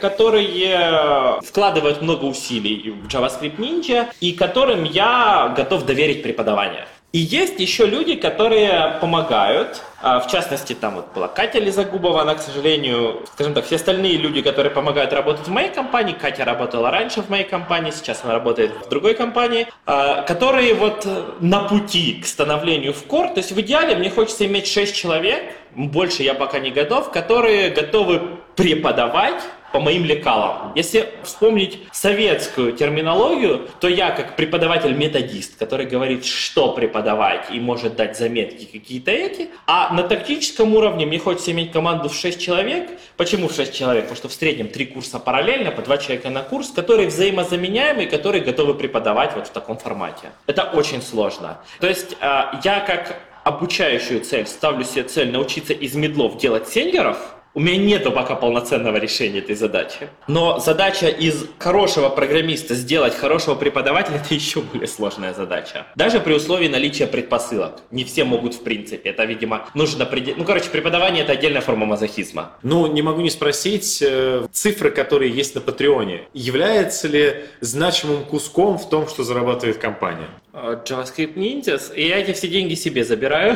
которые вкладывают много усилий в JavaScript Ninja и которым я готов доверить преподавание. И есть еще люди, которые помогают, в частности, там была Катя Лизагубова, она, к сожалению, скажем так, все остальные люди, которые помогают работать в моей компании, Катя работала раньше в моей компании, сейчас она работает в другой компании, которые на пути к становлению в core, то есть в идеале мне хочется иметь 6 человек, больше я пока не готов, которые готовы преподавать по моим лекалам. Если вспомнить советскую терминологию, то я как преподаватель-методист, который говорит, что преподавать и может дать заметки какие-то а на тактическом уровне мне хочется иметь команду в 6 человек. Почему в 6 человек? Потому что в среднем 3 курса параллельно, по 2 человека на курс, которые взаимозаменяемые, которые готовы преподавать в таком формате. Это очень сложно. То есть я как обучающую цель ставлю себе цель научиться из медлов делать сеньоров. У меня нету пока полноценного решения этой задачи. Но задача из хорошего программиста сделать хорошего преподавателя — это еще более сложная задача. Даже при условии наличия предпосылок. Не все могут в принципе. Это, видимо, нужно... преподавание — это отдельная форма мазохизма. Не могу не спросить, цифры, которые есть на Патреоне, является ли значимым куском в том, что зарабатывает компания? JavaScript Ninjas, и я эти все деньги себе забираю.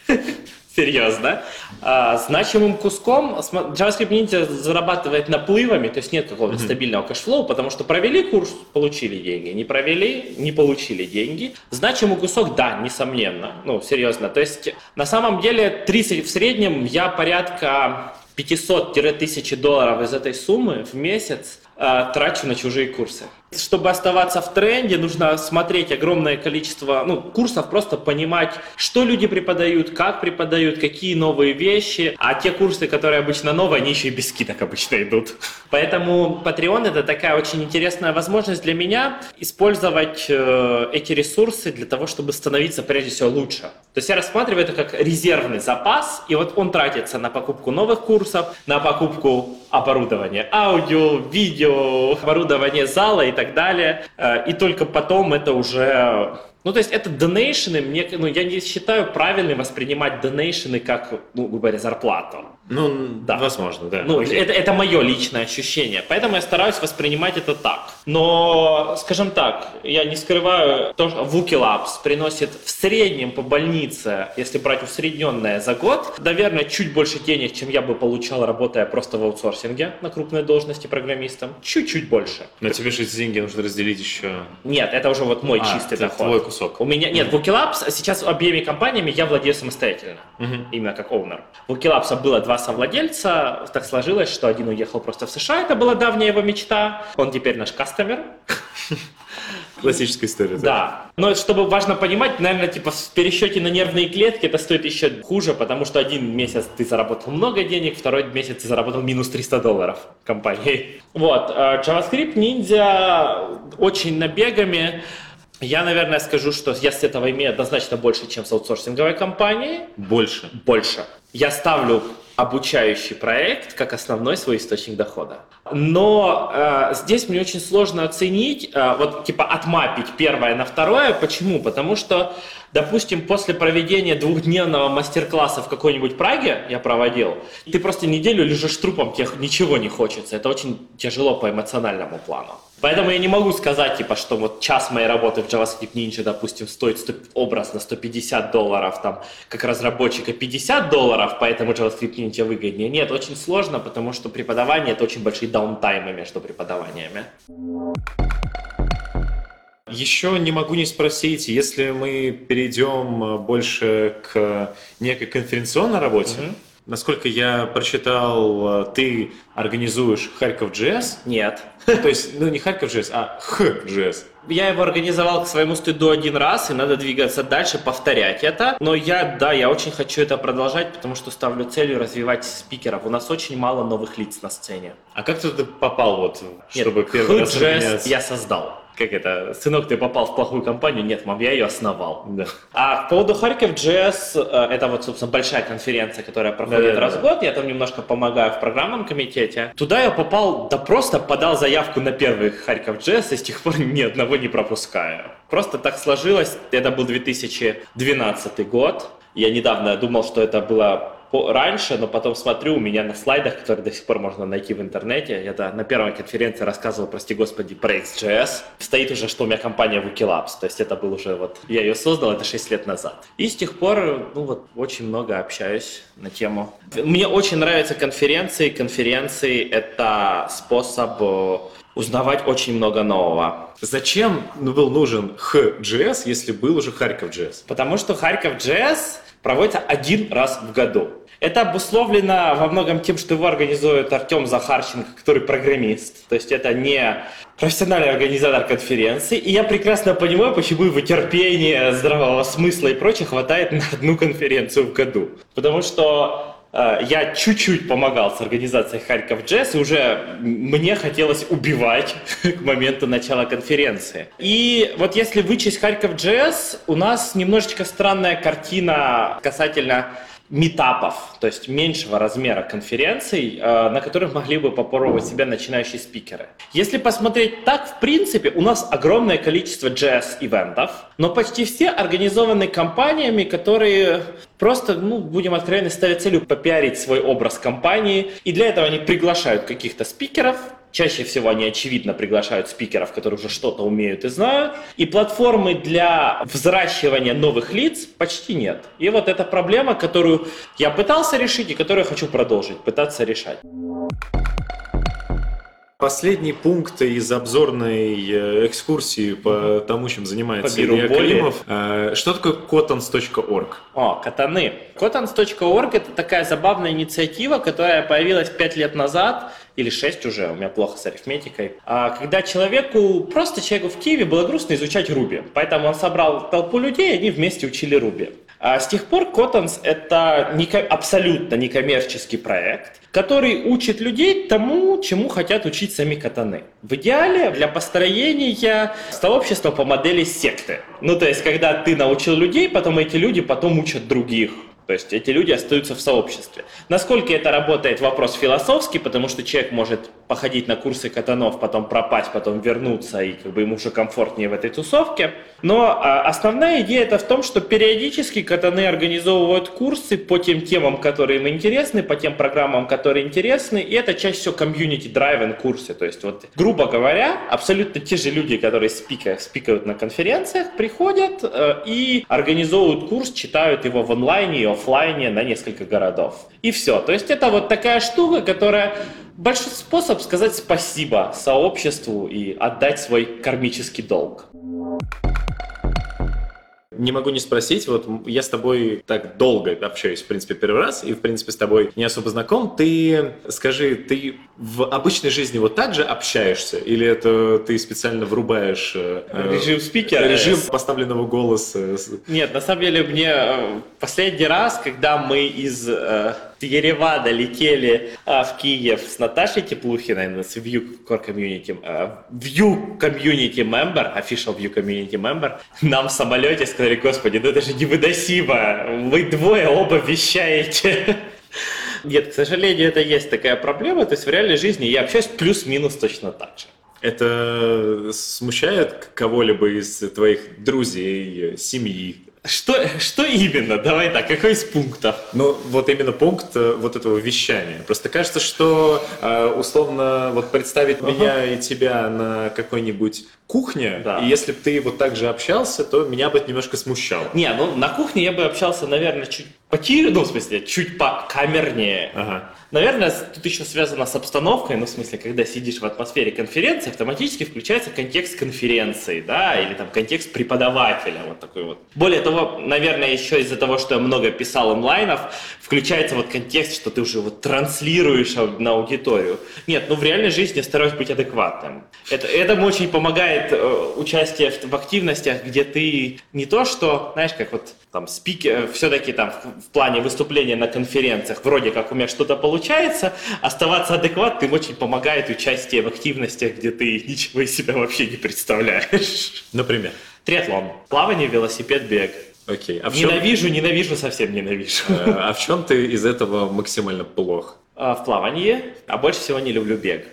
Серьезно. Значимым куском JavaScript Ninja зарабатывает наплывами, то есть нет какого-то стабильного кэшфлоу, потому что провели курс, получили деньги, не провели, не получили деньги. Значимый кусок, да, несомненно, серьезно. То есть на самом деле в среднем я порядка $500-1000 из этой суммы в месяц трачу на чужие курсы. Чтобы оставаться в тренде, нужно смотреть огромное количество курсов, просто понимать, что люди преподают, как преподают, какие новые вещи. А те курсы, которые обычно новые, они еще и без скидок обычно идут. Поэтому Patreon — это такая очень интересная возможность для меня использовать эти ресурсы для того, чтобы становиться прежде всего лучше. То есть я рассматриваю это как резервный запас, и он тратится на покупку новых курсов, на покупку оборудования аудио, видео, оборудования зала и так далее. И только потом это уже Ну, то есть это донейшены, я не считаю правильным воспринимать донейшены как, грубо говоря, зарплату. Ну, да. Возможно, да. Ну, это мое личное ощущение, поэтому я стараюсь воспринимать это так. Но, скажем так, я не скрываю, то, что Wookie Labs приносит в среднем по больнице, если брать усредненное за год, наверное, чуть больше денег, чем я бы получал, работая просто в аутсорсинге на крупной должности программистом. Чуть-чуть больше. Но тебе же эти деньги нужно разделить еще... Нет, это уже вот мой чистый доход. Твой кусок. У меня нет, Wookie Labs сейчас обеими компаниями я владею самостоятельно, именно как оунер. У Wookie Labs было 2 совладельца, так сложилось, что один уехал просто в США, это была давняя его мечта, он теперь наш кастомер. Классическая история. Да. Но чтобы важно понимать, наверное, типа в пересчете на нервные клетки это стоит еще хуже, потому что один месяц ты заработал много денег, второй месяц ты заработал минус $300 компании. Вот. JavaScript Ninja очень набегами. Я, наверное, скажу, что я с этого имею однозначно больше, чем с аутсорсинговой компанией. Больше. Я ставлю обучающий проект как основной свой источник дохода. Но здесь мне очень сложно оценить, отмапить первое на второе. Почему? Потому что, допустим, после проведения 2-дневного мастер-класса в какой-нибудь Праге я проводил, ты просто неделю лежишь трупом, тебе ничего не хочется. Это очень тяжело по эмоциональному плану. Поэтому я не могу сказать, что вот час моей работы в JavaScript Ninja, допустим, стоит образно $150, там, как разработчика $50, поэтому JavaScript Ninja выгоднее. Нет, очень сложно, потому что преподавание – это очень большие даунтаймы между преподаваниями. Еще не могу не спросить, если мы перейдем больше к некой конференционной работе, насколько я прочитал, ты организуешь Харьков.js? Нет. То есть, не Харьков.js, а Х.js. Я его организовал к своему стыду один раз, и надо двигаться дальше, повторять это. Но я очень хочу это продолжать, потому что ставлю целью развивать спикеров. У нас очень мало новых лиц на сцене. А как ты туда попал, чтобы первый раз Х.js я создал. Как это? Сынок, ты попал в плохую компанию? Нет, мам, я ее основал. Да. А по поводу Харьков.js, это собственно, большая конференция, которая проходит раз в год. Я там немножко помогаю в программном комитете. Туда я попал, просто подал заявку на первый Харьков.js и с тех пор ни одного не пропускаю. Просто так сложилось. Это был 2012 год. Я недавно думал, что это было раньше, но потом смотрю, у меня на слайдах, которые до сих пор можно найти в интернете, я на первой конференции рассказывал, прости господи, про X.js, стоит уже, что у меня компания Wookie Labs, то есть это был уже я ее создал, это 6 лет назад. И с тех пор, очень много общаюсь на тему. Мне очень нравятся конференции. Конференции — это способ узнавать очень много нового. Зачем был нужен Х.js, если был уже Харьков.js? Потому что Харьков.js проводится один раз в году. Это обусловлено во многом тем, что его организует Артем Захарченко, который программист. То есть это не профессиональный организатор конференции. И я прекрасно понимаю, почему его терпения, здравого смысла и прочее хватает на одну конференцию в году. Потому что я чуть-чуть помогал с организацией Харьков.js, и уже мне хотелось убивать к моменту начала конференции. И вот если вычесть Харьков.js, у нас немножечко странная картина касательно митапов, то есть меньшего размера конференций, на которых могли бы попробовать себя начинающие спикеры. Если посмотреть так, в принципе, у нас огромное количество JS-ивентов, но почти все организованы компаниями, которые просто, будем откровенны, ставят целью попиарить свой образ компании, и для этого они приглашают каких-то спикеров. Чаще всего они, очевидно, приглашают спикеров, которые уже что-то умеют и знают. И платформы для взращивания новых лиц почти нет. И вот эта проблема, которую я пытался решить и которую я хочу продолжить пытаться решать. Последний пункт из обзорной экскурсии по тому, чем занимается Илья Климов. Что такое Kotans.org? Катаны. Kotans.org — это такая забавная инициатива, которая появилась 5 лет назад, или 6 уже, у меня плохо с арифметикой, когда человеку в Киеве было грустно изучать Ruby. Поэтому он собрал толпу людей, и они вместе учили Ruby. А с тех пор Kotans — это абсолютно некоммерческий проект, который учит людей тому, чему хотят учить сами катаны. В идеале для построения сообщества по модели секты. То есть, когда ты научил людей, потом эти люди потом учат других. То есть эти люди остаются в сообществе. Насколько это работает, вопрос философский, потому что человек может походить на курсы катанов, потом пропасть, потом вернуться, и как бы ему уже комфортнее в этой тусовке. Но основная идея это в том, что периодически катаны организовывают курсы по тем темам, которые им интересны, по тем программам, которые интересны, и это чаще всего комьюнити-драйвен курсы. То есть, вот, грубо говоря, абсолютно те же люди, которые спикают на конференциях, приходят и организовывают курс, читают его в онлайне и офлайне на несколько городов. И все. То есть это вот такая штука, которая большой способ сказать спасибо сообществу и отдать свой кармический долг. Не могу не спросить, вот я с тобой так долго общаюсь, в принципе, первый раз, и, в принципе, с тобой не особо знаком. Ты, скажи, ты в обычной жизни вот так же общаешься? Или это ты специально врубаешь режим спикера? Режим поставленного голоса? Нет, на самом деле, мне последний раз, когда мы из Еревана летели в Киев с Наташей Теплухиной, с View Core Community, View Community Member, Official View Community Member, нам в самолете сказали: господи, ну это же невыносимо, вы двое оба вещаете. Нет, к сожалению, это есть такая проблема, то есть в реальной жизни я общаюсь плюс-минус точно так же. Это смущает кого-либо из твоих друзей, семьи? Что именно? Давай так, какой из пунктов? Ну, вот именно пункт вот этого вещания. Просто кажется, что условно вот представить меня и тебя на какой-нибудь кухне, да. И если бы ты вот так же общался, то меня бы это немножко смущало. Не, ну на кухне я бы общался, наверное, чуть потише, ну, в смысле, чуть покамернее. Ага. Наверное, тут еще связано с обстановкой, ну, в смысле, когда сидишь в атмосфере конференции, автоматически включается контекст конференции, да, или там контекст преподавателя, вот такой вот. Более того, наверное, еще из-за того, что я много писал онлайнов, включается вот контекст, что ты уже вот транслируешь на аудиторию. Нет, ну в реальной жизни я стараюсь быть адекватным. Этому очень помогает участие в активностях, где ты не то, что, знаешь, как вот там спикер, все-таки там в плане выступления на конференциях, вроде как у меня что-то получается, оставаться адекватным очень помогает участие в активностях, где ты ничего из себя вообще не представляешь. Например? Триатлон, плавание, велосипед, бег. Окей. А ненавижу, совсем ненавижу. А в чем ты из этого максимально плох? В плавании, а больше всего не люблю бег.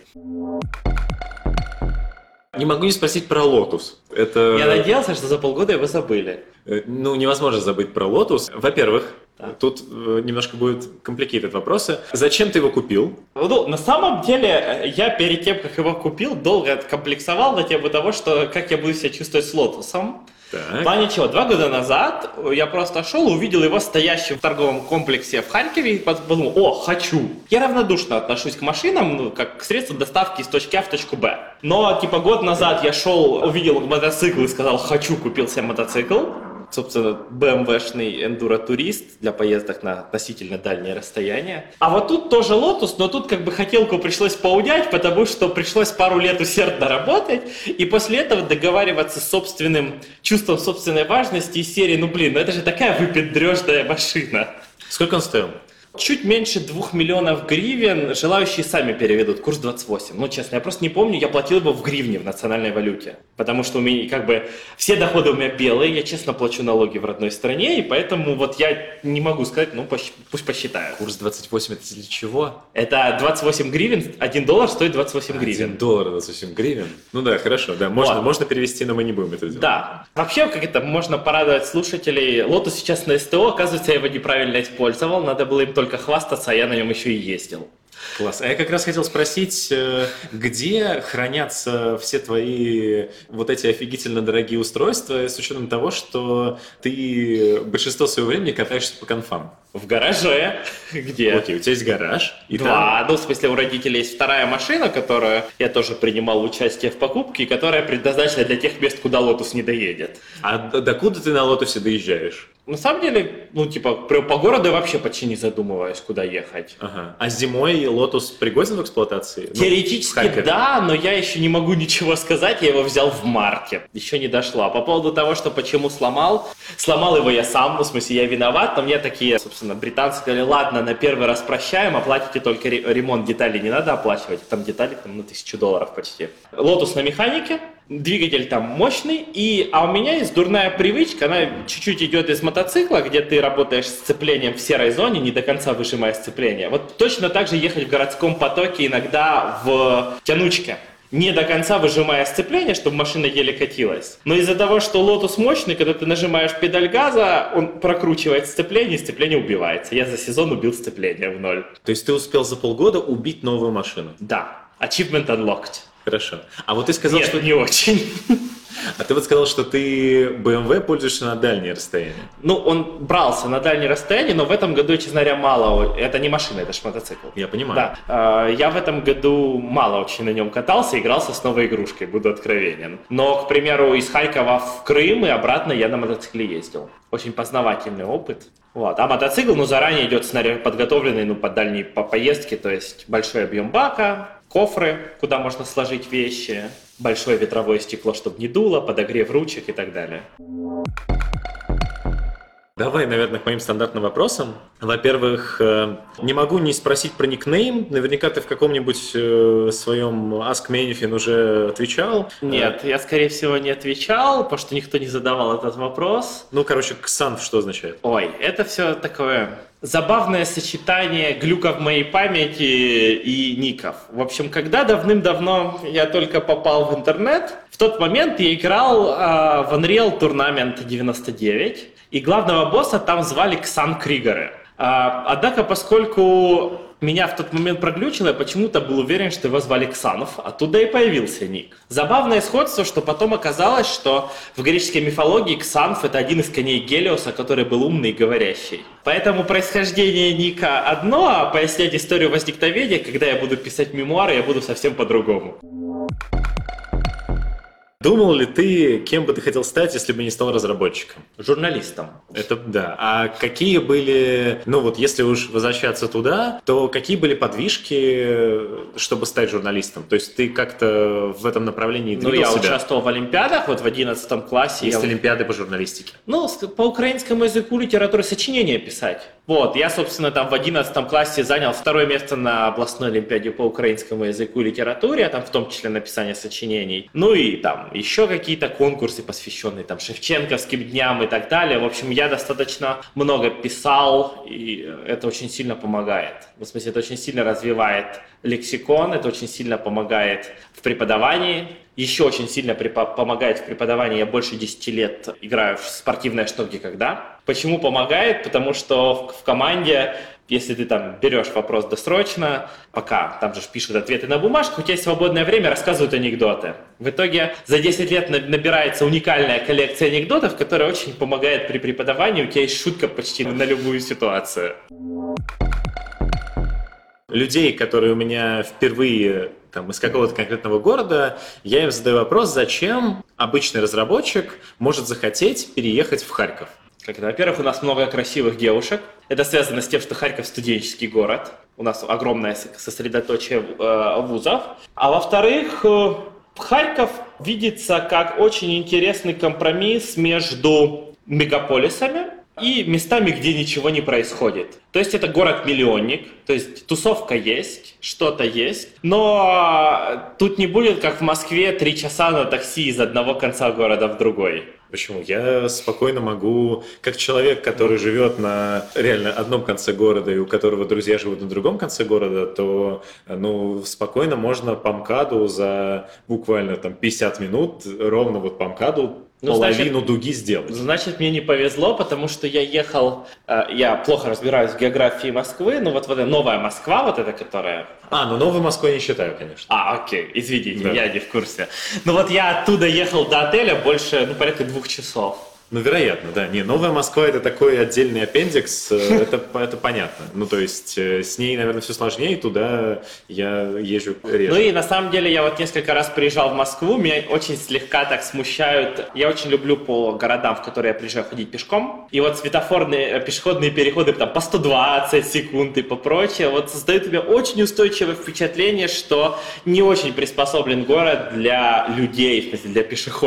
Не могу не спросить про Lotus. Я надеялся, что за полгода его забыли. Ну, невозможно забыть про Lotus. Во-первых, тут немножко будут complicated вопросы. Зачем ты его купил? Ну, на самом деле, я перед тем, как его купил, долго комплексовал на тему того, что как я буду себя чувствовать с Лотусом. Так. В плане чего? 2 года назад я просто шел, увидел его стоящим в торговом комплексе в Харькове и подумал: о, хочу. Я равнодушно отношусь к машинам, ну, как к средству доставки из точки А в точку Б. Но, типа, год назад я шел, увидел мотоцикл и сказал: хочу, купил себе мотоцикл. Собственно, BMW-шный эндуро-турист для поездок на относительно дальние расстояния. А вот тут тоже Lotus, но тут как бы хотелку пришлось поудять, потому что пришлось пару лет усердно работать, и после этого договариваться с собственным чувством собственной важности из серии: ну блин, ну это же такая выпендрежная машина. Сколько он стоил? Чуть меньше 2 миллионов гривен, желающие сами переведут, курс 28. Ну, честно, я просто не помню, я платил его в гривне, в национальной валюте. Потому что у меня как бы все доходы у меня белые, я честно плачу налоги в родной стране, и поэтому вот я не могу сказать, ну, пусть посчитают. Курс 28 это для чего? Это 28 гривен, $1 стоит 28 гривен. $1 28 гривен? Ну да, хорошо, да, можно перевести, но мы не будем это делать. Да. Вообще, как это, можно порадовать слушателей. Lotus сейчас на СТО, оказывается, я его неправильно использовал, надо было им только хвастаться, а я на нем еще и ездил. Класс. А я как раз хотел спросить, где хранятся все твои вот эти офигительно дорогие устройства, с учетом того, что ты большинство своего времени катаешься по конфам? В гараже. Где? Окей, у тебя есть гараж. И да, ну в смысле у родителей есть вторая машина, которая я тоже принимал участие в покупке, которая предназначена для тех мест, куда Lotus не доедет. А докуда ты на Лотусе доезжаешь? На самом деле, ну типа по городу я вообще почти не задумываюсь, куда ехать. Ага. А зимой Lotus пригоден в эксплуатации? Теоретически да, но я еще не могу ничего сказать, я его взял в марте. Еще не дошло. А по поводу того, что почему сломал его я сам, ну в смысле я виноват, но мне такие, собственно, британцы сказали: ладно, на первый раз прощаем, оплатите только ремонт деталей, не надо оплачивать, там детали на $1000 почти. Lotus на механике, двигатель там мощный, а у меня есть дурная привычка, она чуть-чуть идет из мотоцикла, где ты работаешь с сцеплением в серой зоне, не до конца выжимая сцепление. Вот точно так же ехать в городском потоке иногда в тянучке, не до конца выжимая сцепление, чтобы машина еле катилась. Но из-за того, что Lotus мощный, когда ты нажимаешь педаль газа, он прокручивает сцепление, и сцепление убивается. Я за сезон убил сцепление в ноль. То есть ты успел за полгода убить новую машину? Да. Achievement unlocked. Хорошо. А вот ты сказал, Нет, что... не очень. А ты вот сказал, что ты BMW пользуешься на дальние расстояния. Ну, он брался на дальние расстояния, но в этом году, честно говоря, мало. Это не машина, это же мотоцикл. Я понимаю. Да. Я в этом году мало очень на нем катался, игрался с новой игрушкой, буду откровенен. Но, к примеру, из Харькова в Крым и обратно я на мотоцикле ездил. Очень познавательный опыт. Вот. А мотоцикл, заранее идет подготовленный, под дальние поездки, то есть большой объем бака, кофры, куда можно сложить вещи, большое ветровое стекло, чтобы не дуло, подогрев ручек и так далее. Давай, наверное, к моим стандартным вопросам. Во-первых, не могу не спросить про никнейм. Наверняка ты в каком-нибудь своем Ask Manifin уже отвечал. Нет, я, скорее всего, не отвечал, потому что никто не задавал этот вопрос. Ксанф что означает? Ой, это все такое забавное сочетание глюков моей памяти и ников. В общем, когда давным-давно я только попал в интернет, в тот момент я играл в Unreal Tournament 99, и главного босса там звали Ксан Кригеры. Однако, поскольку меня в тот момент проглючило, я почему-то был уверен, что его звали Ксанов, оттуда и появился ник. Забавное сходство, что потом оказалось, что в греческой мифологии Ксанф — это один из коней Гелиоса, который был умный и говорящий. Поэтому происхождение ника одно, а пояснять историю возникновения, когда я буду писать мемуары, я буду совсем по-другому. Думал ли ты, кем бы ты хотел стать, если бы не стал разработчиком? Журналистом. Это да. А какие были, если уж возвращаться туда, то какие были подвижки, чтобы стать журналистом? То есть ты как-то в этом направлении двигал себя? Я участвовал в олимпиадах, в 11 классе. Есть олимпиады по журналистике? По украинскому языку, литературе сочинения писать. Я, собственно, там в 11 классе занял 2 место на областной олимпиаде по украинскому языку и литературе, а там в том числе написание сочинений. И там еще какие-то конкурсы, посвященные там Шевченковским дням и так далее. В общем, я достаточно много писал, и это очень сильно помогает. В смысле, это очень сильно развивает лексикон, это очень сильно помогает в преподавании. Еще очень сильно помогает в преподавании. Я больше 10 лет играю в спортивное «Что, где, когда». Почему помогает? Потому что в команде, если ты там берешь вопрос досрочно, пока там же пишут ответы на бумажку, у тебя есть свободное время, рассказывают анекдоты. В итоге за 10 лет набирается уникальная коллекция анекдотов, которая очень помогает при преподавании. У тебя есть шутка почти на любую ситуацию. Людей, которые у меня впервые из какого-то конкретного города, я им задаю вопрос, зачем обычный разработчик может захотеть переехать в Харьков. Во-первых, у нас много красивых девушек. Это связано с тем, что Харьков студенческий город. У нас огромное сосредоточие вузов. А во-вторых, Харьков видится как очень интересный компромисс между мегаполисами и местами, где ничего не происходит. То есть это город-миллионник, то есть тусовка есть, что-то есть, но тут не будет, как в Москве, 3 часа на такси из одного конца города в другой. Почему? Я спокойно могу, как человек, который живет на реально одном конце города и у которого друзья живут на другом конце города, то спокойно можно по МКАДу за буквально 50 минут ровно по МКАДу половину дуги сделать. Значит, мне не повезло, потому что я ехал, я плохо разбираюсь в географии Москвы, вот эта новая Москва, которая... Новую Москву я не считаю, конечно. Окей, извините, да. Я не в курсе. Я оттуда ехал до отеля больше, порядка 2 часов. Вероятно, да. Новая Москва — это такой отдельный аппендикс, это понятно. То есть с ней, наверное, все сложнее, и туда я езжу реже. И на самом деле я несколько раз приезжал в Москву, меня очень слегка так смущают. Я очень люблю по городам, в которые я приезжаю, ходить пешком. И светофорные пешеходные переходы по 120 секунд и прочее, создают у меня очень устойчивое впечатление, что не очень приспособлен город для людей, в смысле для пешеходов.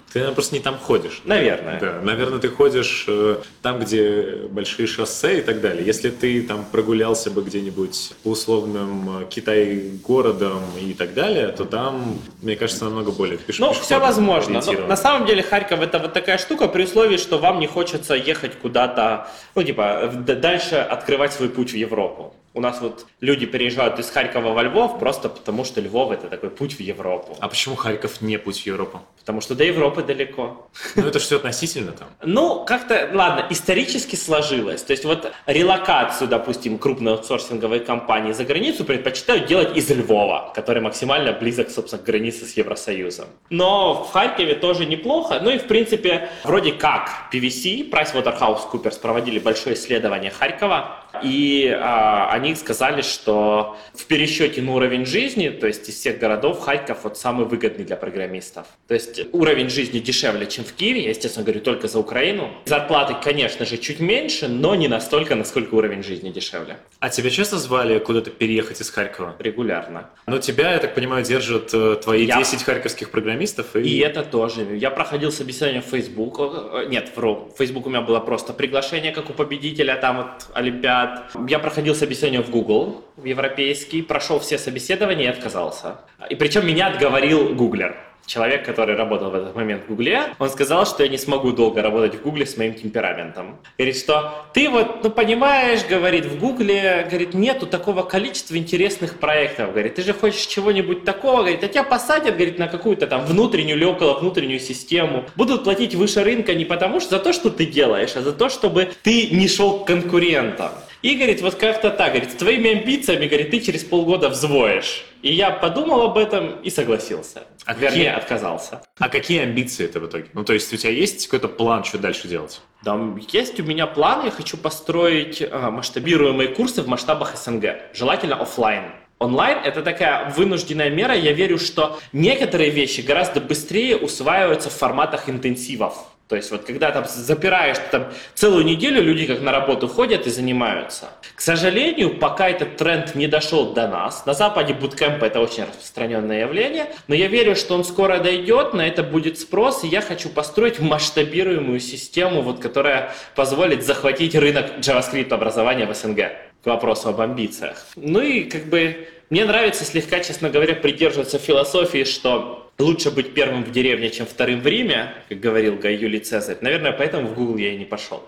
Ты, наверное, просто не там ходишь. Наверное. Да, наверное, ты ходишь там, где большие шоссе и так далее. Если ты там прогулялся бы где-нибудь по условным Китай-городам и так далее, то там, мне кажется, намного более Ну, все возможно. Но ориентировано. на самом деле Харьков это вот такая штука при условии, что вам не хочется ехать куда-то, ну, типа, дальше открывать свой путь в Европу. У нас вот люди переезжают из Харькова во Львов просто потому, что Львов это такой путь в Европу. А почему Харьков не путь в Европу? Потому что до Европы далеко. Ну, это же все относительно там. Ну, как-то, ладно, исторически сложилось. То есть вот релокацию, допустим, крупной аутсорсинговой компании за границу предпочитают делать из Львова, который максимально близок, собственно, к границе с Евросоюзом. Но в Харькове тоже неплохо. Ну и, в принципе, вроде как PwC, PricewaterhouseCoopers, проводили большое исследование Харькова, и они сказали, что в пересчете на уровень жизни, то есть из всех городов, Харьков вот самый выгодный для программистов. То есть уровень жизни дешевле, чем в Киеве, я, естественно, говорю только за Украину. Зарплаты, конечно же, чуть меньше, но не настолько, насколько уровень жизни дешевле. А тебя часто звали куда-то переехать из Харькова? Регулярно. Но тебя, я так понимаю, держат твои 10 харьковских программистов. И это тоже. Я проходил собеседование в Facebook. Нет, в Facebook у меня было просто приглашение, как у победителя, там вот Олимпиад. Я проходил собеседование в Google, в европейский, прошел все собеседования и отказался. И причем меня отговорил гуглер. Человек, который работал в этот момент в Гугле, он сказал, что я не смогу долго работать в Гугле с моим темпераментом. Говорит, что ты вот, ну понимаешь, говорит, в Гугле, говорит, нету такого количества интересных проектов. Говорит, ты же хочешь чего-нибудь такого, говорит, а тебя посадят, говорит, на какую-то там внутреннюю или около внутреннюю систему. Будут платить выше рынка не потому, что за то, что ты делаешь, а за то, чтобы ты не шел к конкурентам. И, говорит, вот как-то так, говорит, с твоими амбициями, говорит, ты через полгода взвоешь. И я подумал об этом и согласился. Вернее, отказался. А какие амбиции это в итоге? Ну, то есть у тебя есть какой-то план, что дальше делать? Да, есть у меня план, я хочу построить масштабируемые курсы в масштабах СНГ, желательно офлайн. Онлайн – это такая вынужденная мера. Я верю, что некоторые вещи гораздо быстрее усваиваются в форматах интенсивов. То есть вот когда там запираешь там целую неделю, люди как на работу ходят и занимаются. К сожалению, пока этот тренд не дошел до нас, на Западе буткемпы – это очень распространенное явление, но я верю, что он скоро дойдет, на это будет спрос, и я хочу построить масштабируемую систему, вот, которая позволит захватить рынок JavaScript образования в СНГ. К вопросу об амбициях. Ну и как бы мне нравится слегка, честно говоря, придерживаться философии, что лучше быть первым в деревне, чем вторым в Риме, как говорил Гай Юлий Цезарь. Наверное, поэтому в Google я и не пошел.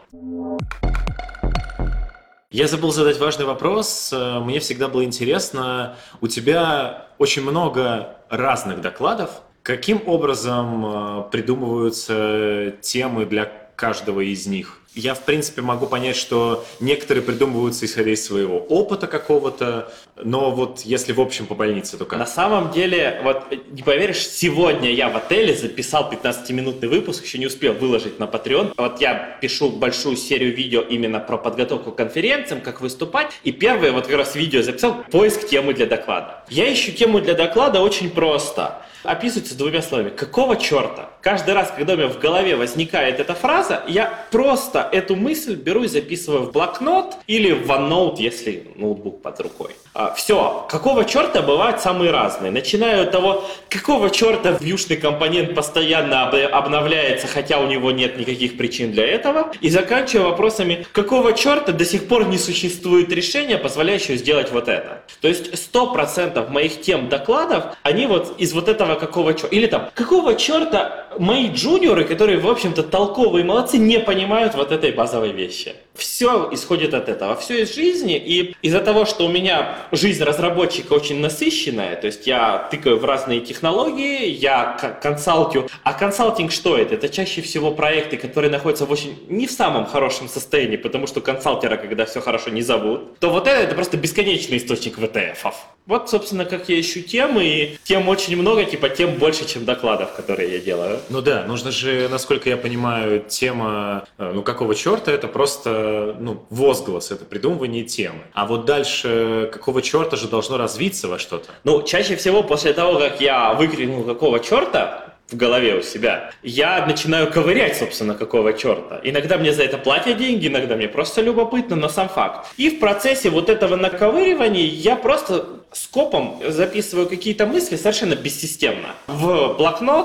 Я забыл задать важный вопрос. Мне всегда было интересно, у тебя очень много разных докладов. Каким образом придумываются темы для каждого из них? Я, в принципе, могу понять, что некоторые придумываются исходя из своего опыта какого-то, но вот если в общем по больнице, то как? На самом деле, вот не поверишь, сегодня я в отеле записал 15-минутный выпуск, еще не успел выложить на Patreon. Вот я пишу большую серию видео именно про подготовку к конференциям, как выступать, и первое вот как раз видео записал поиск темы для доклада. Я ищу тему для доклада очень просто. Описывается двумя словами. Какого черта? Каждый раз, когда у меня в голове возникает эта фраза, я просто эту мысль беру и записываю в блокнот или в OneNote, если ноутбук под рукой. Все. Какого черта бывают самые разные. Начиная от того, какого черта вьюшный компонент постоянно обновляется, хотя у него нет никаких причин для этого, и заканчивая вопросами, какого черта до сих пор не существует решения, позволяющего сделать вот это. То есть 100% моих тем докладов, они вот из вот этого какого черта, или там, какого черта мои джуниоры, которые, в общем-то, толковые молодцы, не понимают вот этой базовой вещи. Все исходит от этого, все из жизни, и из-за того, что у меня жизнь разработчика очень насыщенная, то есть я тыкаю в разные технологии, я консалтю. А консалтинг что это? Это чаще всего проекты, которые находятся в очень не в самом хорошем состоянии, потому что консалтера, когда все хорошо, не зовут, то вот это просто бесконечный источник ВТФов. Вот, собственно, как я ищу темы, и тем очень много, типа тем больше, чем докладов, которые я делаю. Ну да, нужно же, насколько я понимаю, тема, ну какого черта, это просто, ну, возглас, это придумывание темы. А вот дальше, какого черта же должно развиться во что-то? Ну, чаще всего после того, как я выкрикнул какого черта в голове у себя, я начинаю ковырять, собственно, какого черта. Иногда мне за это платят деньги, иногда мне просто любопытно, но сам факт. И в процессе вот этого наковыривания я просто скопом записываю какие-то мысли совершенно бессистемно в блокнот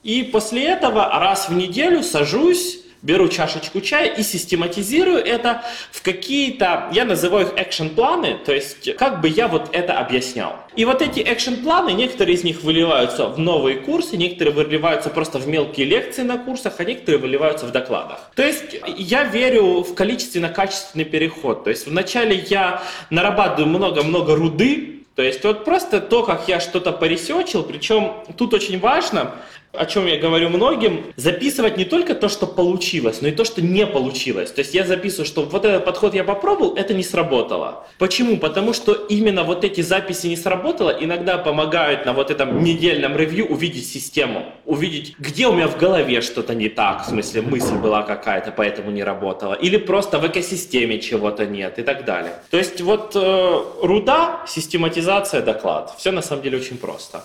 И после этого раз в неделю сажусь, беру чашечку чая и систематизирую это в какие-то, я называю их экшн-планы, то есть как бы я вот это объяснял. И вот эти экшн-планы, некоторые из них выливаются в новые курсы, некоторые выливаются просто в мелкие лекции на курсах, а некоторые выливаются в докладах. То есть я верю в количественно-качественный переход. То есть вначале я нарабатываю много-много руды, то есть вот просто то, как я что-то поресечил, причем тут очень важно, о чем я говорю многим, записывать не только то, что получилось, но и то, что не получилось. То есть я записываю, что вот этот подход я попробовал, это не сработало. Почему? Потому что именно вот эти записи не сработало, иногда помогают на вот этом недельном ревью увидеть систему, увидеть, где у меня в голове что-то не так, в смысле мысль была какая-то, поэтому не работала, или просто в экосистеме чего-то нет и так далее. То есть вот руда, систематизация, доклад. Все на самом деле очень просто.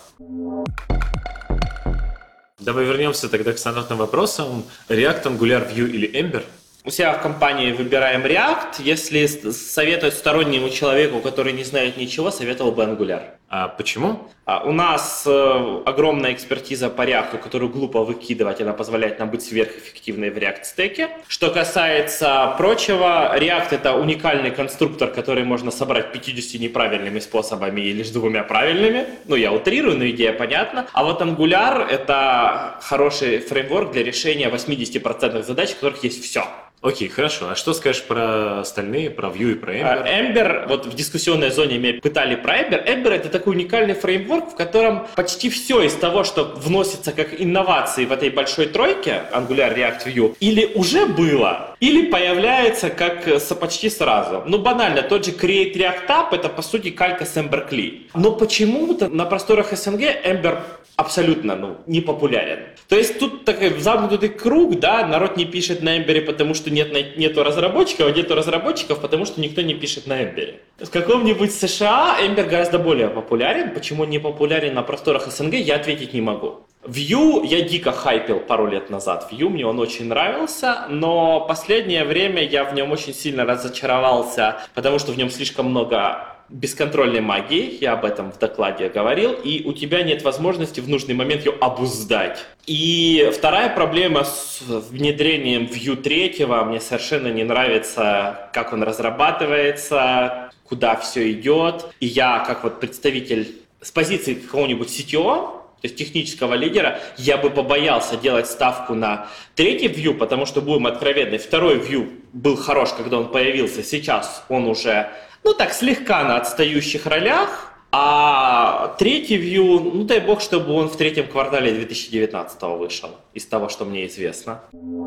Давай вернемся тогда к стандартным вопросам. React, Angular, Vue или Ember? У себя в компании выбираем React. Если советовать стороннему человеку, который не знает ничего, советовал бы Angular. А почему? У нас огромная экспертиза по React, которую глупо выкидывать, она позволяет нам быть сверхэффективной в React-стеке. Что касается прочего, React — это уникальный конструктор, который можно собрать 50 неправильными способами и лишь 2 правильными. Ну, я утрирую, но идея понятна. А вот Angular — это хороший фреймворк для решения 80% задач, в которых есть все. Окей, хорошо. А что скажешь про остальные, про Vue и про Ember? Ember, вот в дискуссионной зоне меня пытали про Ember. Ember — это такой уникальный фреймворк, в котором почти все из того, что вносится как инновации в этой большой тройке, Angular, React, Vue, или уже было, или появляется как почти сразу. Ну, банально, тот же Create React App — это, по сути, калька с Ember-CLI. Но почему-то на просторах СНГ Ember абсолютно не популярен. То есть тут такой замкнутый круг, да, народ не пишет на Ember, потому что нету разработчиков, а нету разработчиков, потому что никто не пишет на Ember. В каком-нибудь США Ember гораздо более популярен. Почему не популярен на просторах СНГ, я ответить не могу. Vue я дико хайпил пару лет назад. Vue мне он очень нравился, но последнее время я в нем очень сильно разочаровался, потому что в нем слишком много бесконтрольной магии, я об этом в докладе говорил, и у тебя нет возможности в нужный момент ее обуздать. И вторая проблема с внедрением Vue 3, мне совершенно не нравится, как он разрабатывается, куда все идет. И я, как вот представитель с позиции какого-нибудь CTO, то есть технического лидера, я бы побоялся делать ставку на 3 Vue, потому что, будем откровенны, 2 Vue был хорош, когда он появился, сейчас он уже так слегка на отстающих ролях, а 3 Vue, дай бог, чтобы он в 3 квартале 2019 вышел, из того, что мне известно.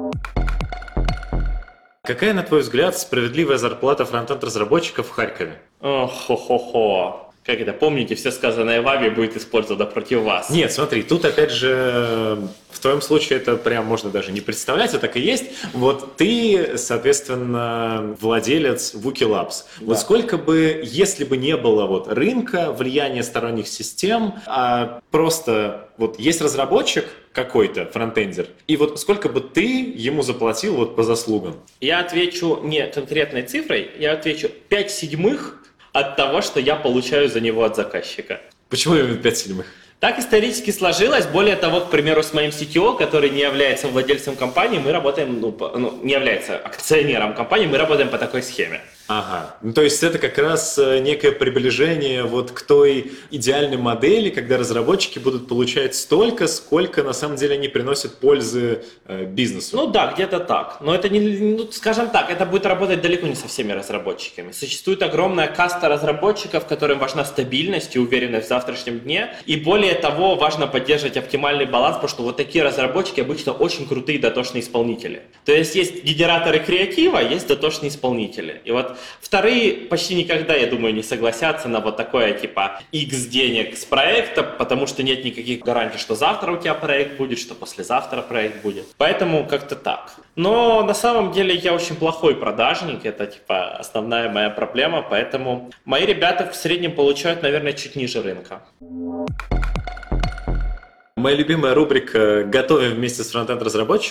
Какая, на твой взгляд, справедливая зарплата фронтенд-разработчиков в Харькове? Хо-хо-хо. Как это, помните, все сказанное вами будет использовано против вас. Нет, смотри, тут опять же, в твоем случае это прям можно даже не представлять, а так и есть. Вот ты, соответственно, владелец Wookie Labs. Да. Вот сколько бы, если бы не было вот рынка, влияния сторонних систем, а просто вот есть разработчик какой-то, фронтендер, и вот сколько бы ты ему заплатил вот по заслугам? Я отвечу не конкретной цифрой, я отвечу 5/7 от того, что я получаю за него от заказчика. Почему именно 5/7? Так исторически сложилось. Более того, к примеру, с моим CTO, который не является владельцем компании, мы работаем, не является акционером компании, мы работаем по такой схеме. Ага, то есть это как раз некое приближение вот к той идеальной модели, когда разработчики будут получать столько, сколько на самом деле они приносят пользы бизнесу. Да, где-то так. Но это не, скажем так, это будет работать далеко не со всеми разработчиками. Существует огромная каста разработчиков, которым важна стабильность и уверенность в завтрашнем дне. И более того, важно поддерживать оптимальный баланс, потому что вот такие разработчики обычно очень крутые дотошные исполнители. То есть генераторы креатива, есть дотошные исполнители. И вот вторые почти никогда, я думаю, не согласятся на вот такое типа X денег с проекта, потому что нет никаких гарантий, что завтра у тебя проект будет, что послезавтра проект будет. Поэтому как-то так. Но на самом деле я очень плохой продажник, это типа основная моя проблема, поэтому мои ребята в среднем получают, наверное, чуть ниже рынка. Моя любимая рубрика «Готовим вместе с фронтенд-разработчиком».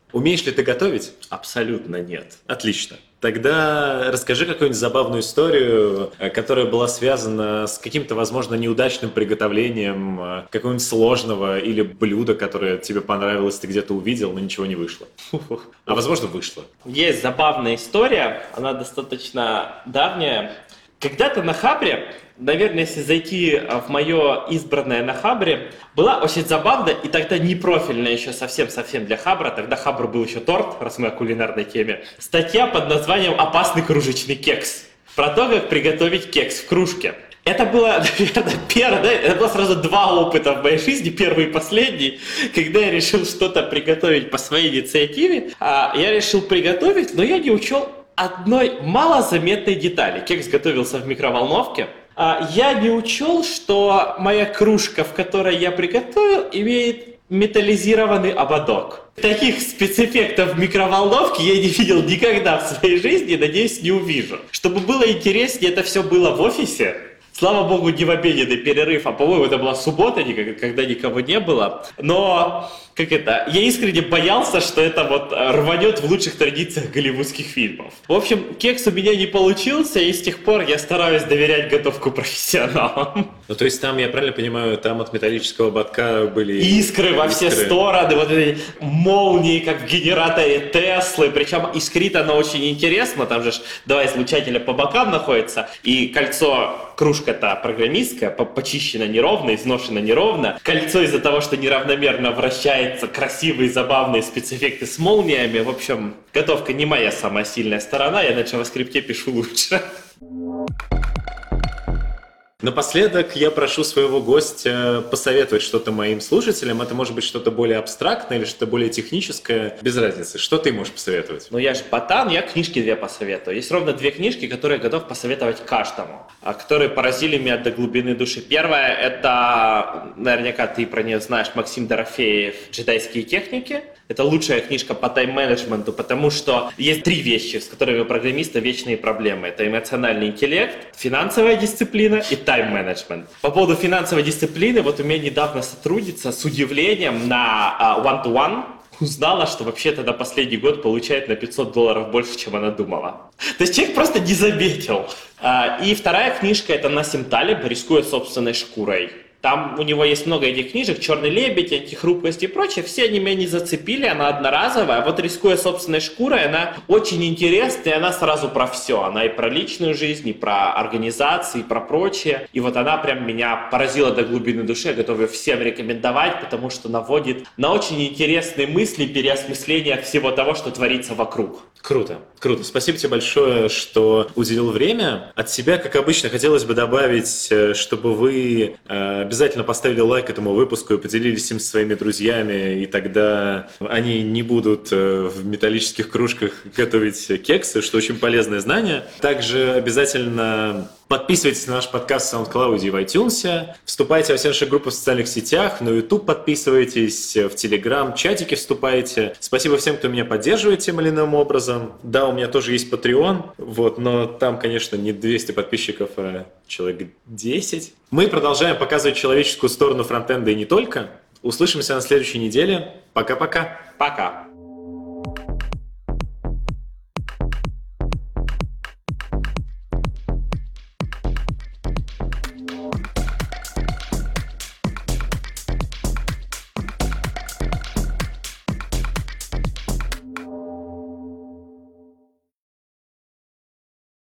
Умеешь ли ты готовить? Абсолютно нет. Отлично. Тогда расскажи какую-нибудь забавную историю, которая была связана с каким-то, возможно, неудачным приготовлением какого-нибудь сложного или блюда, которое тебе понравилось, ты где-то увидел, но ничего не вышло. А возможно, вышло. Есть забавная история, она достаточно давняя. Когда-то на Хабре, наверное, если зайти в мое избранное на Хабре, была очень забавная и тогда не профильная еще совсем-совсем для Хабра, тогда Хабр был еще торт, раз мы о кулинарной теме, статья под названием «Опасный кружечный кекс». Про то, как приготовить кекс в кружке. Это было, наверное, первое, это было сразу два опыта в моей жизни, первый и последний, когда я решил что-то приготовить по своей инициативе. Я решил приготовить, но я не учел одной малозаметной детали. Кекс готовился в микроволновке. Я не учел, что моя кружка, в которой я приготовил, имеет металлизированный ободок. Таких спецэффектов в микроволновке я не видел никогда в своей жизни, надеюсь, не увижу. Чтобы было интереснее, это все было в офисе. Слава богу, не в обеденный перерыв, а по-моему, это была суббота, когда никого не было. Но, я искренне боялся, что это вот рванет в лучших традициях голливудских фильмов. В общем, кекс у меня не получился, и с тех пор я стараюсь доверять готовку профессионалам. Ну, то есть там, я правильно понимаю, там от металлического ободка были... Искры во все стороны, вот эти молнии, как в генераторе Теслы. Причем искрит оно очень интересно, там же два излучателя по бокам находятся, и кольцо... Кружка-то программистская, почищена неровно, изношена неровно. Кольцо из-за того, что неравномерно вращается, красивые, забавные спецэффекты с молниями. В общем, готовка не моя самая сильная сторона, я на JavaScript пишу лучше. Напоследок я прошу своего гостя посоветовать что-то моим слушателям. Это может быть что-то более абстрактное или что-то более техническое. Без разницы. Что ты можешь посоветовать? Ну, я же ботан, я книжки две посоветую. Есть ровно две книжки, которые я готов посоветовать каждому, которые поразили меня до глубины души. Первая – это, наверняка ты про нее знаешь, Максим Дорофеев «Джедайские техники». Это лучшая книжка по тайм-менеджменту, потому что есть три вещи, с которыми у программиста вечные проблемы. Это эмоциональный интеллект, финансовая дисциплина и тайм-менеджмент. По поводу финансовой дисциплины, вот у меня недавно сотрудница с удивлением на one-to-one узнала, что вообще-то на последний год получает на $500 больше, чем она думала. То есть человек просто не заметил. И вторая книжка – это Насим Талеб «Рискуя собственной шкурой». Там у него есть много этих книжек, «Черный лебедь», «Антихрупкость» и прочее. Все они меня не зацепили, она одноразовая. Вот «Рискуя собственной шкурой», она очень интересная, и она сразу про все. Она и про личную жизнь, и про организации, и про прочее. И вот она прям меня поразила до глубины души. Я готов ее всем рекомендовать, потому что наводит на очень интересные мысли, переосмысления всего того, что творится вокруг. Круто, круто. Спасибо тебе большое, что уделил время. От себя, как обычно, хотелось бы добавить, чтобы вы обязательно поставили лайк этому выпуску и поделились им со своими друзьями, и тогда они не будут в металлических кружках готовить кексы, что очень полезное знание. Также обязательно подписывайтесь на наш подкаст в SoundCloud и в iTunes. Вступайте во все наши группы в социальных сетях, на YouTube подписывайтесь, в Telegram, чатики вступайте. Спасибо всем, кто меня поддерживает тем или иным образом. Да, у меня тоже есть Patreon, но там, конечно, не 200 подписчиков, а человек 10. Мы продолжаем показывать человеческую сторону фронтенда и не только. Услышимся на следующей неделе. Пока-пока. Пока.